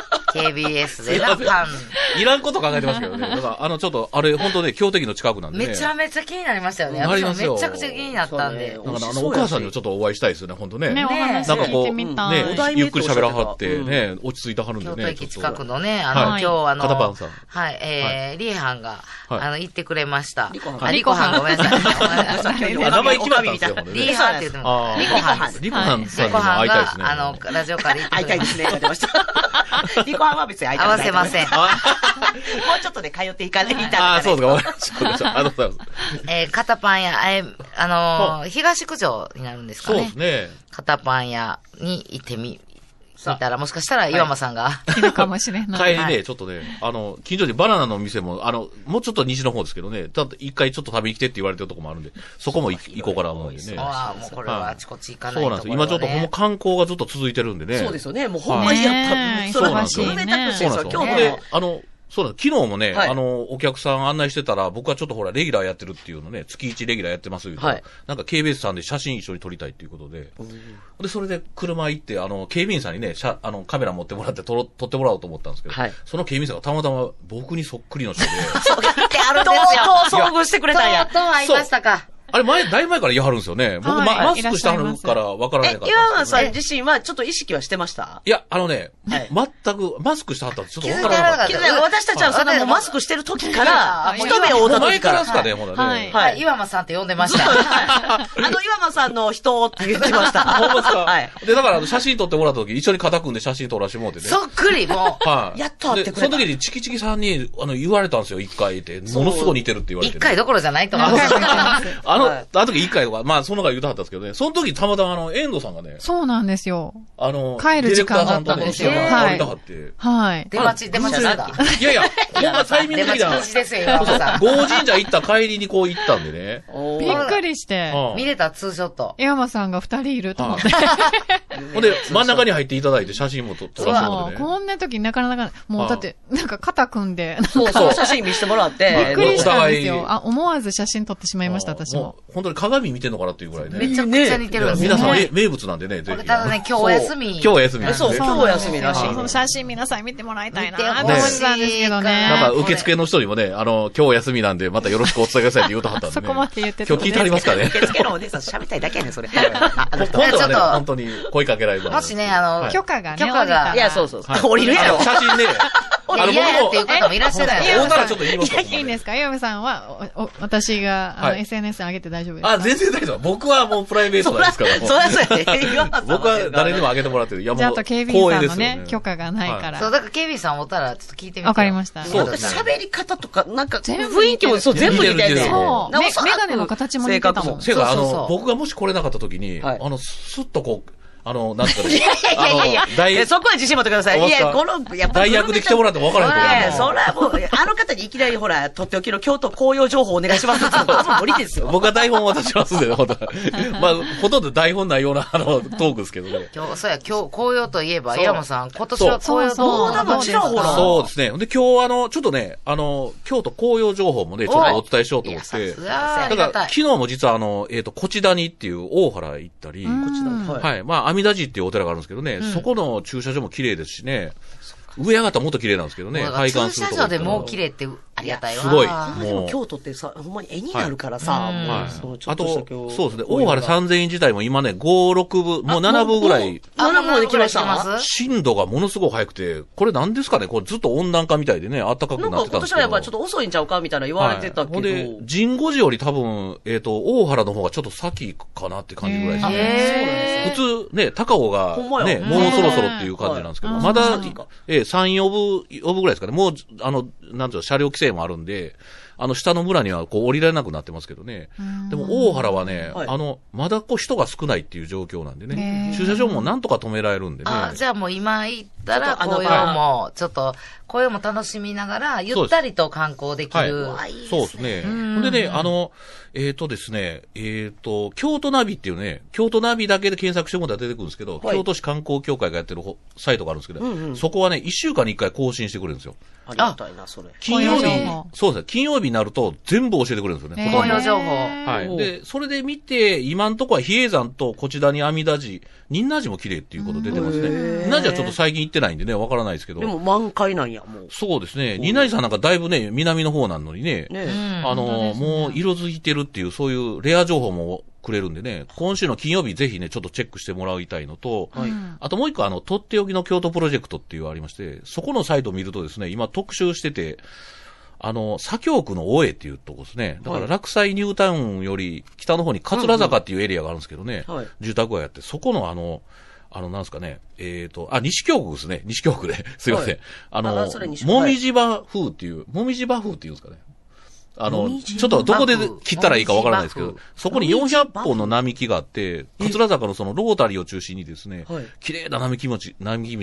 KBS でな、パン。 いらんこと考えてますけどね。だから、ちょっと、あれ、本当ね、京都駅の近くなんでね。 めちゃめちゃ気になりましたよね。めちゃくちゃ気になったんで。 だから、お母さんにもちょっとお会いしたいですよね、本当ね。 ね、お話聞いてみたい。 ね、ゆっくり喋らはって、ね、落ち着いてはるんでね。 京都駅近くのね、今日片パンさん。 はい、リエハンが、行ってくれました。 リコハン。 ごめんなさい。 名前決まったんですよ。 リエハンって言っても、リコハン。 リコハンさんにも会いたいですね。 ラジオから行ってくれました。 会いたいですね、言ってました。リコハンは別に会いたい。 合わせません。 もうちょっとで通っていかないといけない。 そうですか。ありがとうございます。 片パン屋、東九条になるんですかね。 そうですね。 片パン屋に行って見たら、もしかしたら岩間さんが。 いるかもしれない。 帰りね、ちょっとね、近所にバナナの店も、もうちょっと西の方ですけどね、ただ一回ちょっと食べに来てって言われてるとこもあるんで、そこも行こうかな思うんでね。 ああ、もうこれはあちこち行かないと。 そうなんですよ。今ちょっともう観光がずっと続いてるんでね。 そうですよね。もうほんまにやっぱ、 そうなんですよ。 そうなんですよ。今日も。 そうなんです。昨日もね、お客さん案内してたら、僕はちょっとほら、レギュラーやってるっていうのね、月1レギュラーやってますよ。なんか KBS さんで写真一緒に撮りたいっていうことで。で、それで車行って、警備員さんにね、カメラ持ってもらって撮ってもらおうと思ったんですけど、その警備員さんがたまたま僕にそっくりの人で。 そうってあるんですよ。 遭遇してくれたんや。 と会いましたか。 あれだいぶ前から言いはるんですよね。僕、マスクしてはるからわからないから。 岩間さん自身はちょっと意識はしてました？ いや、全く、マスクしてはったらちょっとわからなかった。 私たちはそのもうマスクしてる時から、一目を追った時から。 前からですかね、ほらね。 はい。岩間さんって呼んでました。 岩間さんの人って言ってました。 ほんまですか？はい。で、だから写真撮ってもらった時、一緒に肩組んで写真撮らしてもらってね。 そっくり、もう。 はい。 やっと会ってくれた。 その時にチキチキさんに、言われたんですよ、一回って。ものすごい似てるって言われて。 一回どころじゃないと思う。 あの時一回とか、まあ、その回言うたはったんですけどね、その時たまたま遠藤さんがね。 そうなんですよ。 帰る時間だったんですよ。 はい。 はい。 出待ちなんだ。 いやいや、ほんまタイミング的な。 出待ちですよ、岩間さん。 郷神社行った帰りにこう行ったんでね。 びっくりして。 見れたツーショット。 岩間さんが2人いると思って。 ほんで、真ん中に入っていただいて写真も撮らせてもらってね。 こんな時なかなか、もうだって、なんか肩組んで。 そう、写真見せてもらって。 びっくりしたんですよ。思わず写真撮ってしまいました、私も。 本当に鏡見てんのかなっていうぐらいね。 めちゃくちゃ似てるんですよ。皆さん名物なんでね、ぜひ。 ただね、今日お休み。 今日お休み。 そう、今日お休みらしい。 その写真皆さん見てもらいたいなと思ってたんですけどね。 なんか受付の人にもね、今日お休みなんで、またよろしくお伝えくださいって言うとはったんで。 そこまで言ってた。今日聞いてありますかね。 受付のお姉さん喋りたいだけやねん、それ。 今度はね、本当に声かけられる。 もしね、 許可が。 いや、そう。降りるやろ。 写真ね。 嫌やっていう方もいらっしゃるやろ。 大田らちょっと言いますか。 いいんですか？岩見さんは、私が、SNS に上げて大丈夫ですか？ 全然大丈夫。僕はもうプライベートなんですから。 そうや僕は誰にも上げてもらってる。 じゃあ、あと警備員さんのね、許可がないから。 そう、だから警備員さんおったら、ちょっと聞いてみて。 わかりました。 そうです。喋り方とか、なんか、雰囲気もそう、全部似てるね。 そう。メガネの形も似てたもん。 せやから、僕がもし来れなかった時に、スッとこう、なんですかね。 いや、そこは自信持ってください。いや、やっぱ代役で来てもらっても分からないと思う。それはもう、あの方にいきなりほら、とっておきの京都紅葉情報お願いしますって言ったら無理ですよ。 僕は台本渡しますんでね、ほんと。まあ、ほとんど台本ないような、トークですけどね。 そうや、紅葉といえば、岩間さん、今年は紅葉そうですね。で、今日ちょっとね、京都紅葉情報もね、ちょっとお伝えしようと思って。だから、昨日も実はこち谷っていう大原行ったり、はい。まあ、阿弥陀寺っていうお寺があるんですけどね、そこの駐車場も綺麗ですしね、上上がったらもっと綺麗なんですけどね、 拝観すると。駐車場でもう綺麗ってありがたいわ。 すごい。 もう京都ってさ、ほんまに絵になるからさ、 あと、そうですね、大原三千院自体も今ね、5、6部、もう7部ぐらい。 7部まで来ました？ 震度がものすごい早くて、これ何ですかね、これずっと温暖化みたいでね、暖かくなってたんですけど。なんか今年はやっぱりちょっと遅いんちゃうかみたいな言われてたけど。で、 神護寺より多分、大原の方がちょっと先かなって感じぐらいですね。普通ね、高尾がね、もうそろそろっていう感じなんですけど、まだ、3、4部ぐらいですかね。もう、なんていうの、車両規制もあるんで、下の村にはこう降りられなくなってますけどね。でも、大原はね、まだこう人が少ないっていう状況なんでね。駐車場もなんとか止められるんでね。 じゃあもう今行ったら、紅葉も、ちょっと、紅葉も楽しみながら、ゆったりと観光できる。 そうですね。でね、ですね、京都ナビっていうね、京都ナビだけで検索してもらったら出てくるんですけど、京都市観光協会がやってるサイトがあるんですけど、そこはね、1週間に1回更新してくれるんですよ。 ありがたいな、それ。 金曜日、そうですね、金曜日になると全部教えてくれるんですよね。 紅葉情報。 はい。で、それで見て、今んとこは比叡山とこちらに阿弥陀寺、仁和寺も綺麗っていうこと出てますね。仁和寺はちょっと最近行ってないんでね、わからないですけど。 でも満開なんや、もう。 そうですね。仁和寺さんなんかだいぶね、南の方なのにね、もう色づいてるっていう、そういうレア情報もくれるんでね、今週の金曜日ぜひね、ちょっとチェックしてもらいたいのと、あともう一個とっておきの京都プロジェクトっていうのがありまして、そこのサイトを見るとですね、今特集してて、左京区の大江っていうとこですね。だから落西ニュータウンより北の方に桂坂っていうエリアがあるんですけどね、住宅街あって、そこのなんですかね、西京区ですね。西京区で。すいません。もみじ場風っていうんですかね。ちょっとどこで切ったらいいかわからないですけど、そこに400本の並木があって、桂坂のそのロータリーを中心にですね、綺麗な並木道があって、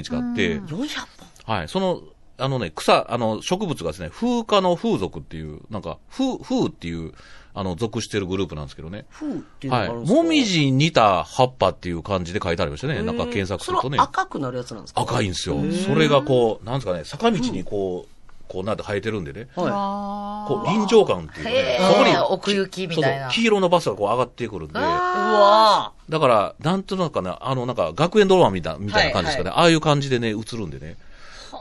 400本はい、植物がですね、風化の風俗っていう、なんか、風っていう、属してるグループなんですけどね。 風っていうのがあるんですか？ はい。もみじに似た葉っぱっていう感じで書いてありましたね。なんか検索するとね。 それ赤くなるやつなんですか？ 赤いんですよ。それがこう、なんですかね、坂道にこうなんて生えてるんでね。こう、臨場感っていうね。 そこに奥行きみたいな。 黄色のバスがこう上がってくるんで。だから、なんとなくかな、なんか学園ドラマみたいな感じですかね。ああいう感じでね、映るんでね。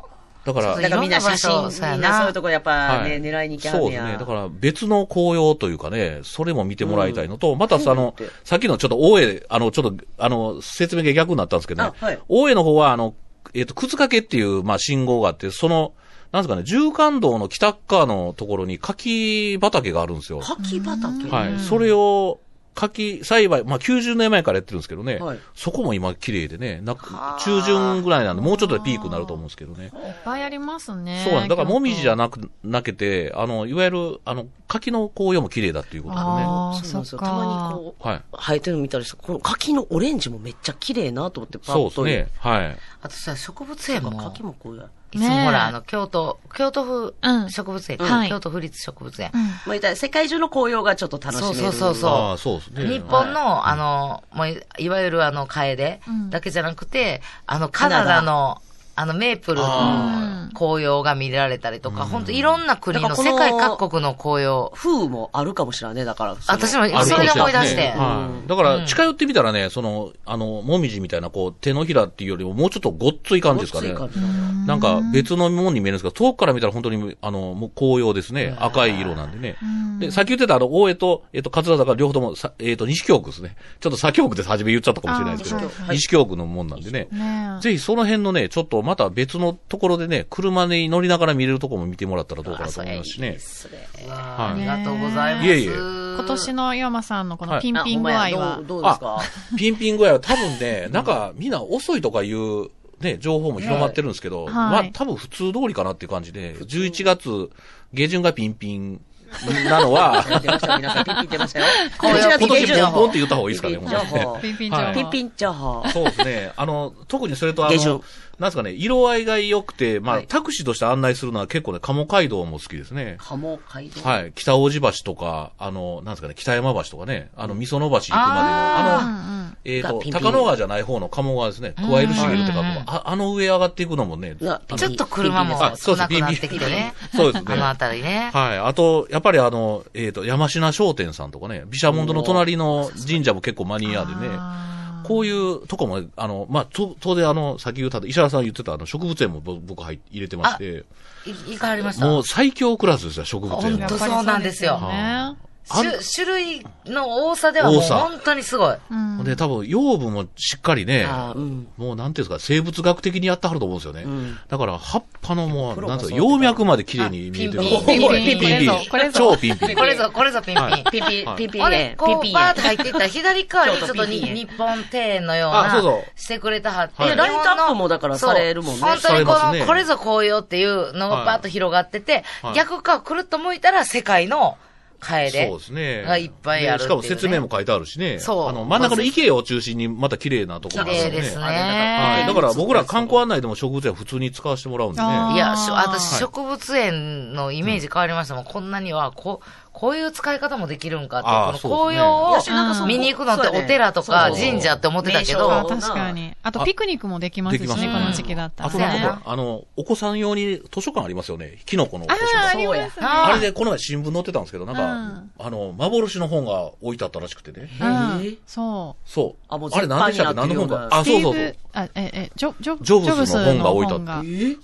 だからみんな写真、みんなそういうとこやっぱね、狙いに行きはんねや。 そうですね。だから別の紅葉というかね、それも見てもらいたいのと、またさっきのちょっと大江、ちょっと、説明が逆になったんですけどね、大江の方は、くずかけっていう、信号があって、なんですかね、縦貫道の北側のところに柿畑があるんですよ。 柿畑？ はい。それを、柿栽培、90年前からやってるんですけどね。そこも今綺麗でね、中旬ぐらいなんで、もうちょっとでピークになると思うんですけどね。いっぱいありますね。 そうなんです。だからもみじじゃなけて、いわゆる、柿の紅葉も綺麗だっていうことですね。 そうなんですよ。たまにこう、生えてるの見たりして、この柿のオレンジもめっちゃ綺麗なと思って、パッと。 そうですね。はい。 あとさ、植物園も。 柿もこうや。 いつもほら、京都府植物園、京都府立植物園。 世界中の紅葉がちょっと楽しめる。 そう。 そうですね。 日本の、もう、いわゆる楓だけじゃなくて、カナダの、メープルの紅葉が見られたりとか、本当いろんな国の世界各国の紅葉。 風もあるかもしれないね、だから。 私もそれで思い出して。 だから、近寄ってみたらね、もみじみたいな、手のひらっていうよりも、もうちょっとごっつい感じですかね。なんか、別のものに見えるんですけど、遠くから見たら本当に、もう紅葉ですね。赤い色なんでね。で、さっき言ってた、大江と、桂坂両方とも、西京区ですね。ちょっと左京区で初め言っちゃったかもしれないですけど、西京区のもんなんでね。ぜひその辺のね、ちょっとまた別のところでね、車に乗りながら見れるところも見てもらったらどうかなと思いますしね。 ありがとうございます。 いえいえ。 今年の岩間さんのこのピンピン具合は、 どうですか？ ピンピン具合は多分ね、なんかみんな遅いとかいうね、情報も広まってるんですけど、多分普通通りかなっていう感じで、11月下旬がピンピンなのは、 出ました、皆さん、ピンピン出ましたよ。 今年ポンポンって言った方がいいですかね、 ピンピン情報。 ピンピン情報。 そうですね。特にそれとなんですかね、色合いが良くて、タクシーとして案内するのは結構ね、鴨街道も好きですね。 鴨街道？ はい。北大路橋とか、なんですかね、北山橋とかね、みその橋行くまでの、高野川じゃない方の鴨川ですね。加えるしげるって書く上上がっていくのもね、 ちょっと車も少なくなってきてね。 そうですね。 あたりね。 はい。あと、やっぱり山科商店さんとかね、毘沙門堂の隣の神社も結構マニアでね、こういうとこも、当然さっき言った、石原さん言ってた植物園も僕入れてまして。 行かれました？ もう最強クラスですよ、植物園。 本当そうなんですよ。種類の多さではもう本当にすごい。 で、多分、養分もしっかりね、もうなんていうんですか、生物学的にやってはると思うんですよね。だから、葉っぱのもう、なんですか、葉脈まで綺麗に見えてる。 ピンピン。 超ピンピン。 これぞピンピン。 ピンピン、ピンピン。 あれ、こう、バーって入っていったら、左側にちょっと日本庭園のような、してくれたはって。 ライトアップもだからされるもんね。 本当にこれぞ紅葉っていうのがバーッと広がってて、逆側くるっと向いたら世界の、楓そうですね。 がいっぱいある、 しかも説明も書いてあるしね。そう。真ん中の池を中心にまた綺麗なところがある綺麗ですね。 はい。だから僕ら観光案内でも植物園普通に使わせてもらうんでね。 いや、私植物園のイメージ変わりましたもん。こんなには、こういう使い方もできるんかって、この紅葉を見に行くのってお寺とか神社って思ってたけど。 確かに。あとピクニックもできますしね、この時期だったら。 あとなんか、お子さん用に図書館ありますよね。キノコの図書館。 ありますね。 あれでこの前新聞載ってたんですけど、なんか、幻の本が置いてあったらしくてね。 そう。 そう。あれ何でしたっけ？何の本か。そう。 ジョブズの本が置いてあって。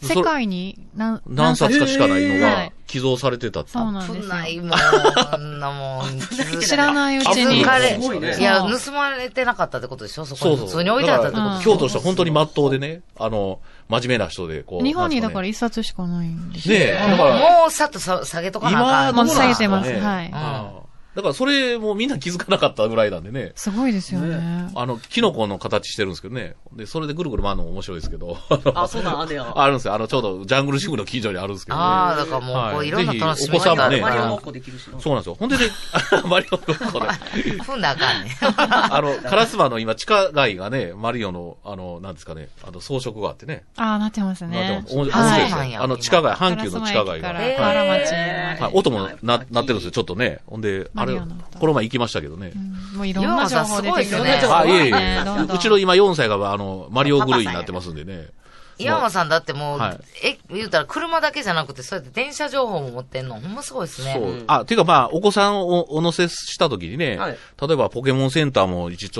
世界に何冊かしかないのが寄贈されてたって。 そうなんですよ。 危ないもん。そんなもん。 知らないうちに。 いや、盗まれてなかったってことでしょ？そこに普通に置いてあったってことでしょ？ 京都して本当に真っ当でね、真面目な人で、こう。 日本にだから一冊しかないんですよ。ねえ。 もうさっと下げとかなあかん。 もう下げてます。はい。 だからそれもみんな気づかなかったぐらいなんでね。 すごいですよね。 キノコの形してるんですけどね。で、それでぐるぐる回るのも面白いですけど。 そうなんあるよ。 あるんですよ。ちょうどジャングルジムの近所にあるんですけどね。 だからもう、こういろんな楽しみ方がある。 マリオごっこできるし。 そうなんですよ。ほんでね、マリオごっこで。 踏んだらあかんね。 カラスマの今地下街がね、マリオの、なんですかね、装飾があってね。 なってますね。 そうなんや。地下街、阪急の地下街が。 河原町。 音もなってるんですよ、ちょっとね。ほんで、この前行きましたけどね。 もういろんな情報出てくるね。 いえ。うちの今4歳がマリオ狂いになってますんでね。 岩間さんだってもう、言うたら車だけじゃなくて、そうやって電車情報も持ってんの、ほんますごいですね。 そう。ていうかお子さんをお乗せした時にね、例えばポケモンセンターも一応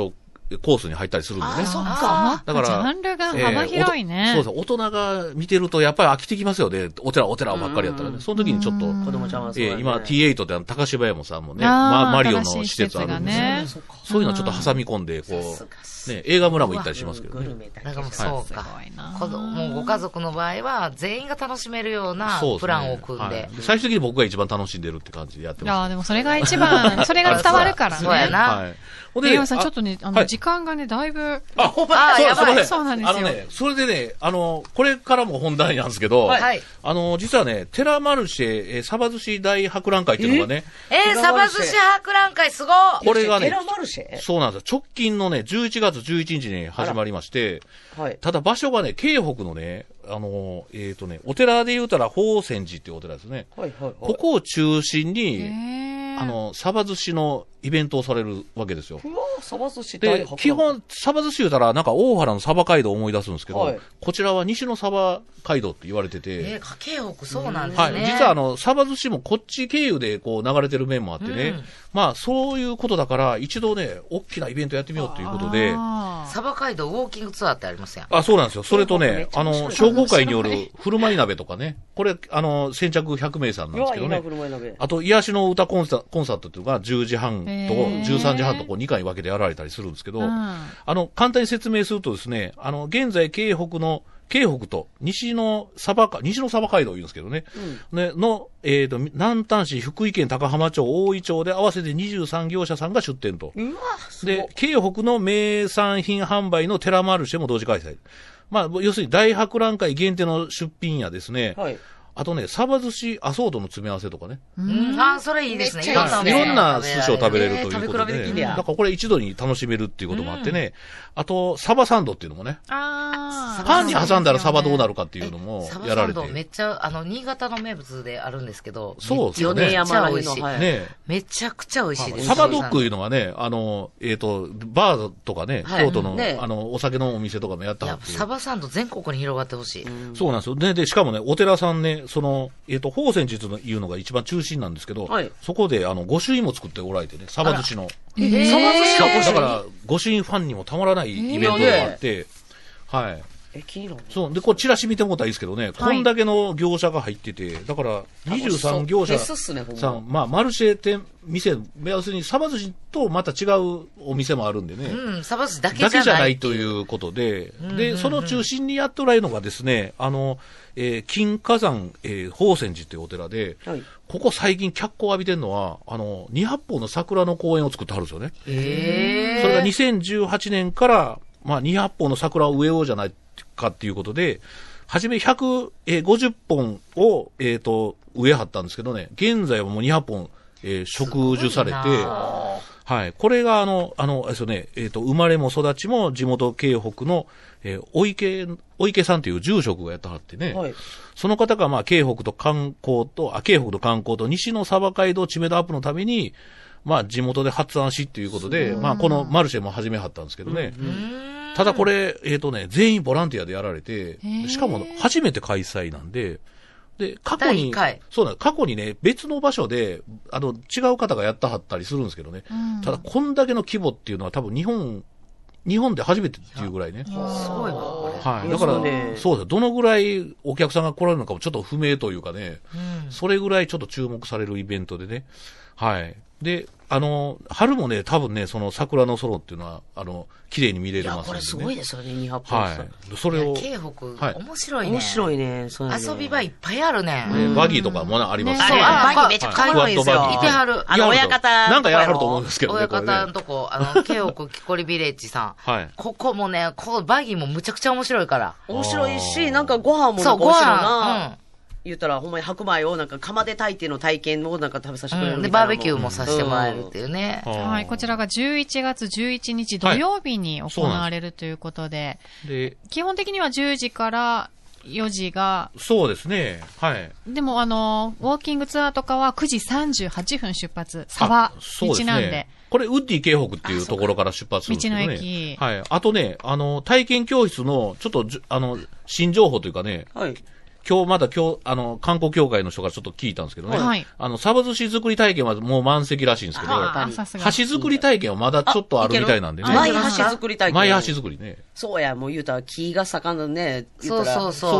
コースに入ったりするんでね。 そっか。だから、ジャンルが幅広いね。 そうです。大人が見てるとやっぱり飽きてきますよね。お寺ばっかりやったらね。その時にちょっと、 子供ちゃんは今 T8 って高柴山さんもね、マリオの施設あるんでね。そういうのちょっと挟み込んで、こう、ね、映画村も行ったりしますけどね。 だからもうそうか。もうご家族の場合は全員が楽しめるようなプランを組んで。 最終的に僕が一番楽しんでるって感じでやってます。 ああ、でもそれが一番、それが伝わるからね。 そうやな。 で、さん、ちょっとね、時間がね、だいぶ。 やばい。 そうなんですよ。 それでね、これからも本題なんですけど、実はね、テラマルシェ、サバ寿司大博覧会っていうのがね。 サバ寿司博覧会すごい。 これがね、テラマルシェ？ そうなんですよ。直近のね、11月11日に始まりまして、ただ場所がね、京北のね、お寺で言うたら、宝泉寺っていうお寺ですね。ここを中心に、サバ寿司のイベントをされるわけですよ。 サバ寿司で、基本、サバ寿司言うたら、なんか大原のサバ街道を思い出すんですけど、こちらは西のサバ街道って言われてて。 京北、そうなんですね。 実はサバ寿司もこっち経由でこう流れてる面もあってね、まあそういうことだから、一度ね、大きなイベントやってみようということで。 サバ街道ウォーキングツアーってありますやん。 そうなんですよ。それとね、商工会による振る舞い鍋とかね、これ、先着100名さんなんですけどね。あと、癒しの歌コンサートっていうのが10時半と13時半とこう2回に分けてやられたりするんですけど、簡単に説明するとですね、現在京北と西のサバ街道言うんですけどね、南丹市、福井県高浜町、大井町で合わせて23業者さんが出店と。で、京北の名産品販売のテラマルシェも同時開催。まあ、要するに大博覧会限定の出品やですね、あとね、サバ寿司アソートの詰め合わせとかね。 それいいですね。いろんな寿司を食べれるということで。だからこれ一度に楽しめるっていうこともあってね。あと、サバサンドっていうのもね。パンに挟んだらサバどうなるかっていうのもやられて。 サバサンドめっちゃ、新潟の名物であるんですけど。 そうですね。 めっちゃ美味しい。めちゃくちゃ美味しいです。 サバドッグいうのがね、バーとかね、京都の、お酒のお店とかもやったはず。 サバサンド全国に広がってほしい。 そうなんですよ。で、しかもね、お寺さんね、宝泉寺というのが一番中心なんですけど、そこで、御朱印も作っておられてね、サバ寿司の。 サバ寿司の御朱印？ だから、御朱印ファンにもたまらないイベントがあって、 気になる。 そう。で、これチラシ見てもらったらいいですけどね、こんだけの業者が入ってて、だから、23業者さん、まあ、マルシェ店、店、要するにサバ寿司とまた違うお店もあるんでね。 サバ寿司だけじゃない。 だけじゃないということで、で、その中心にやっておられるのがですね、金華山、宝泉寺というお寺で、ここ最近脚光を浴びてるのは、200本の桜の公園を作ってはるんですよね。それが2018年から、まあ、200本の桜を植えようじゃないかっていうことで、はじめ150本を、植えはったんですけどね、現在はもう200本、植樹されて、これがですね、生まれも育ちも地元京北の、お池さんという住職がやってはってね、その方がまあ、京北と観光と西のサバ街道知名度アップのために、まあ、地元で発案しっていうことで、まあ、このマルシェも始めはったんですけどね。ただこれ、全員ボランティアでやられて、しかも初めて開催なんで、で、過去にね、別の場所で、違う方がやったはったりするんですけどね。ただ、こんだけの規模っていうのは多分日本で初めてっていうぐらいね。 すごいな。 だから、そうです。どのぐらいお客さんが来られるのかもちょっと不明というかね、それぐらいちょっと注目されるイベントでね。で、春もね、多分ね、その桜の園っていうのは、綺麗に見れますんで、ね。 これすごいですよね、200本。 それを。 京北、面白いね。 面白いね、 遊び場いっぱいあるね。 バギーとかもありますし。 バギーめっちゃ可愛いですよ。 いてはる。 親方。 なんかやらはると思うんですけどね。 親方のとこ、京北木こりビレッジさん。ここもね、バギーもむちゃくちゃ面白いから。 面白いし、なんかご飯もなんか美味しいな。言ったら、ほんまに白米をなんか釜で炊いての体験をなんか食べさせてくれるみたいな。 で、バーベキューもさせてもらえるっていうね。 こちらが11月11日土曜日に行われるということで、基本的には10時から4時が。 そうですね。 でも、ウォーキングツアーとかは9時38分出発。道なんで。 これ、ウッディ京北っていうところから出発するんですけどね。 道の駅。 あとね、体験教室の、ちょっと、新情報というかね、 今日、観光協会の人からちょっと聞いたんですけどね。はい。サバ寿司作り体験はもう満席らしいんですけど、箸作り体験はまだちょっとあるみたいなんでね。 マイ箸作り体験。 マイ箸作りね。 そうや、もう言うたら木が魚ね。 そう。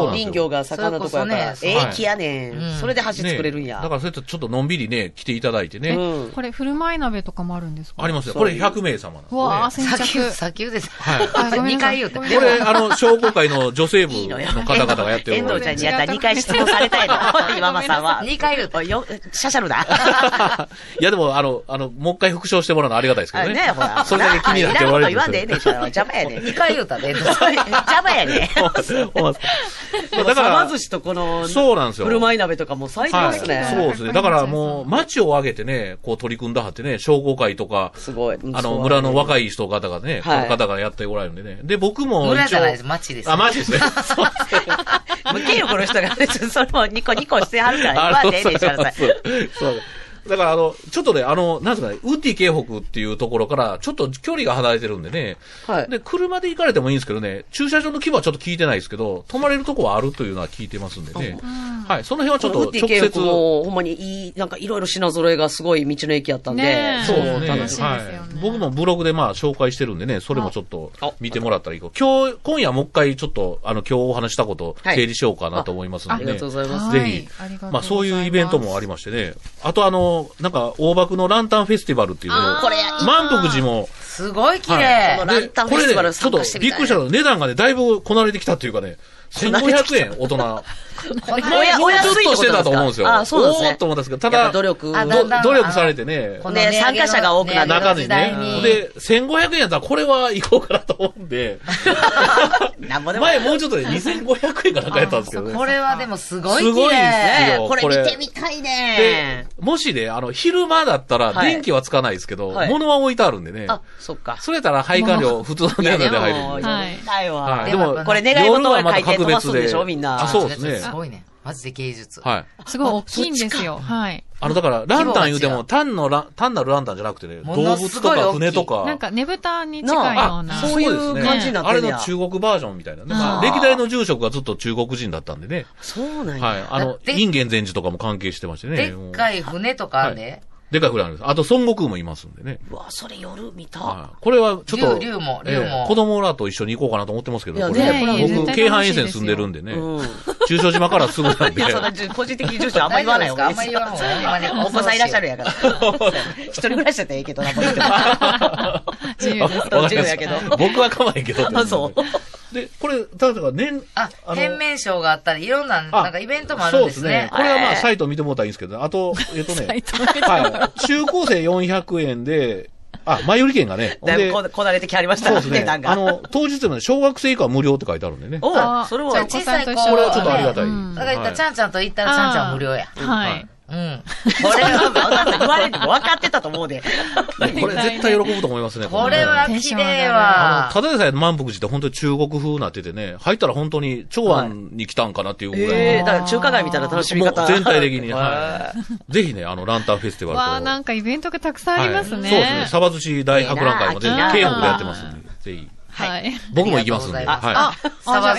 林業が魚とかやから。木やねん。それで箸作れるんや。 だからそれとちょっとのんびりね、来ていただいてね。 これ、振る舞い鍋とかもあるんですか？ ありますよ。これ100名様なんです。 うわぁ、先着。 先です。 はい。 2回言うて。 これ、商工会の女性部の方々がやってる。 遠藤ちゃんにやったら2回質問されたいの。今まさんは。2回言うと、シャシャルだ。 いやでも、もう一回復唱してもらうのありがたいですけどね。 ね、ほら。 それだけ気になっておられるんですよ。 言わんでええねん、邪魔やねん。 2回言うたで。 邪魔やねん。だから、さば寿司とこの、 そうなんですよ。 振る舞い鍋とかも最高ですね。 そうですね。だからもう、町を挙げてね、こう取り組んだはってね、商工会とか、 すごい。 村の若い人方がね、この方がやっておられるんでね。で、僕も村じゃないです、町です。 あ、町ですね。そうですね。 無形力の人が、それもニコニコしてはるから、言わんでええねん、石原さん。 そう。だからちょっとね、なんですかね、ウッディ京北っていうところから、ちょっと距離が離れてるんでね。はい。で、車で行かれてもいいんですけどね、駐車場の規模はちょっと聞いてないですけど、泊まれるとこはあるというのは聞いてますんでね。はい。その辺はちょっと直接。 ウッディ京北も、ほんまになんかいろいろ品揃えがすごい道の駅やったんで。 そうですね。楽しいですよね。はい。僕もブログで紹介してるんでね、それもちょっと見てもらったらいいか。今夜もう一回ちょっと、今日お話したこと整理しようかなと思いますんでね。 ありがとうございます。 ぜひ。そういうイベントもありましてね。あとなんか、大爆のランタンフェスティバルっていうのを、万福寺も、 すごい綺麗。 このランタンフェスティバル参加してみたい。 ちょっとびっくりしたの。値段がね、だいぶこなれてきたっていうかね、1500円、大人。もうちょっとしてたと思うんですよ。 あ、そうなんですね。 おーっと思ったんですけど、ただ、努力されてね。 で、参加者が多くな中にね。で、1500円やったらこれは行こうかなと思うんで。前もうちょっとで2500円かなんかやったんですけどね。 これはでもすごい綺麗。 すごいですよ。 これ見てみたいね。 もしね、昼間だったら電気はつかないですけど、物は置いてあるんでね。 あ、そっか。 それやったら配管料普通の値段で入るんで。 はい。でも、これ願い事は書いて飛ばすんでしょみんな。 あ、そうですね。 すごいね。マジで芸術。 はい。 すごい大きいんですよ。はい。 だから、ランタン言うても、単なるランタンじゃなくてね、動物とか船とか。 なんか、ねぶたに近いような。 そういう感じになってる。 あれの中国バージョンみたいなね。歴代の住職がずっと中国人だったんでね。 そうなんや。 はい。隠元禅師とかも関係してましてね。 でっかい船とかあるね。 でかいフランです。あと、孫悟空もいますんでね。 うわ、それ夜見た。 これはちょっと、 竜も。 子供らと一緒に行こうかなと思ってますけど、これ僕、京阪沿線住んでるんでね。中小島からすぐなんで。 いや、そんな、個人的に住所あんまり言わないよ。 あんまり言わんほうがね。 お子さんいらっしゃるやから。一人暮らしだったらええけどな、自由です。自由やけど。 僕は構わへんけど。 あ、そう。 で、これ、例えば変面賞があったり、いろんな、なんかイベントもあるんですね。そうですね。 これはサイト見てもらったらいいんですけど、あと、はい。中高生400円で、前売り券がね。 だいぶこなれてきはりましたね。 そうですね。当日でもね、小学生以下は無料って書いてあるんでね。 それは小さい子。 これはちょっとありがたい。 だから言ったら、ちゃんちゃんと言ったら、ちゃんちゃん無料や。 はい。 うん。 これは、言われても分かってたと思うで。 これ絶対喜ぶと思いますね。 これは綺麗わ。 ただでさえ満腹寺って本当に中国風になっててね、入ったら本当に長安に来たんかなっていうぐらい。 だから中華街みたいな楽しみ方。 全体的に。ぜひね、ランタンフェスティバルと。 なんかイベントがたくさんありますね。 そうですね。サバ寿司大博覧会も京北でやってますんで、ぜひ。 はい。 僕も行きますんで。 はい。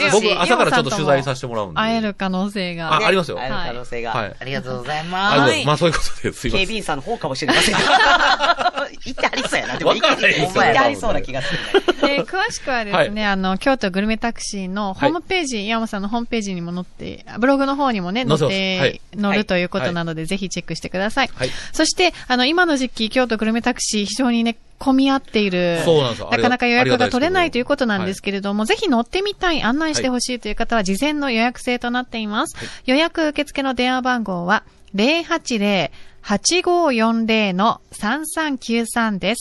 僕、朝からちょっと取材させてもらうんで。 会える可能性が。 ありますよ。 会える可能性が。 はい。 ありがとうございます。 はい。まあ、そういうことです。 警備員さんの方かもしれません。行ってありそうやな。でも行ってありそうな気がする。 詳しくはですね、京都グルメタクシーのホームページ、岩間さんのホームページにも載って、ブログの方にもね、載るということなので、ぜひチェックしてください。そして、今の時期、京都グルメタクシー非常にね、混み合っている。 そうなんですよ。 なかなか予約が取れないということなんですけれども、ぜひ乗ってみたい、案内してほしいという方は、事前の予約制となっています。予約受付の電話番号は、080-8540-3393 です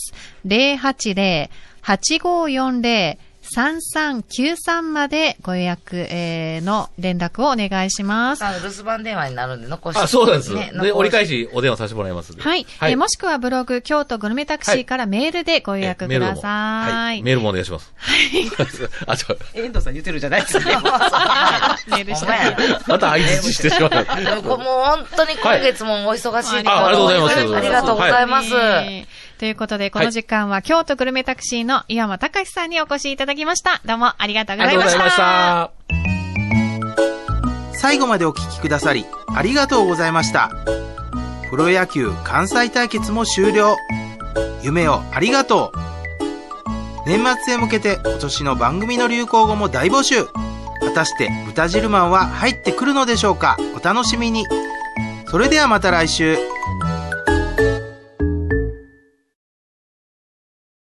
。080-8540-3393までご予約の連絡をお願いします。 留守番電話になるんで残して。 そうです。で、折り返しお電話させてもらいます。 はい。もしくはブログ、京都グルメタクシーからメールでご予約ください。 メールもお願いします。はい。 遠藤さん言ってるじゃないですか。 メールしてまた相槌してしまう。 もう本当に今月もお忙しいところ。 ありがとうございます。 ありがとうございます。 ということで、この時間は京都グルメタクシーの岩間隆さんにお越しいただきました。どうもありがとうございました。 ありがとうございました。 最後までお聞きくださりありがとうございました。プロ野球関西対決も終了。夢をありがとう。年末へ向けて今年の番組の流行語も大募集。果たして豚汁マンは入ってくるのでしょうか。お楽しみに。それではまた来週。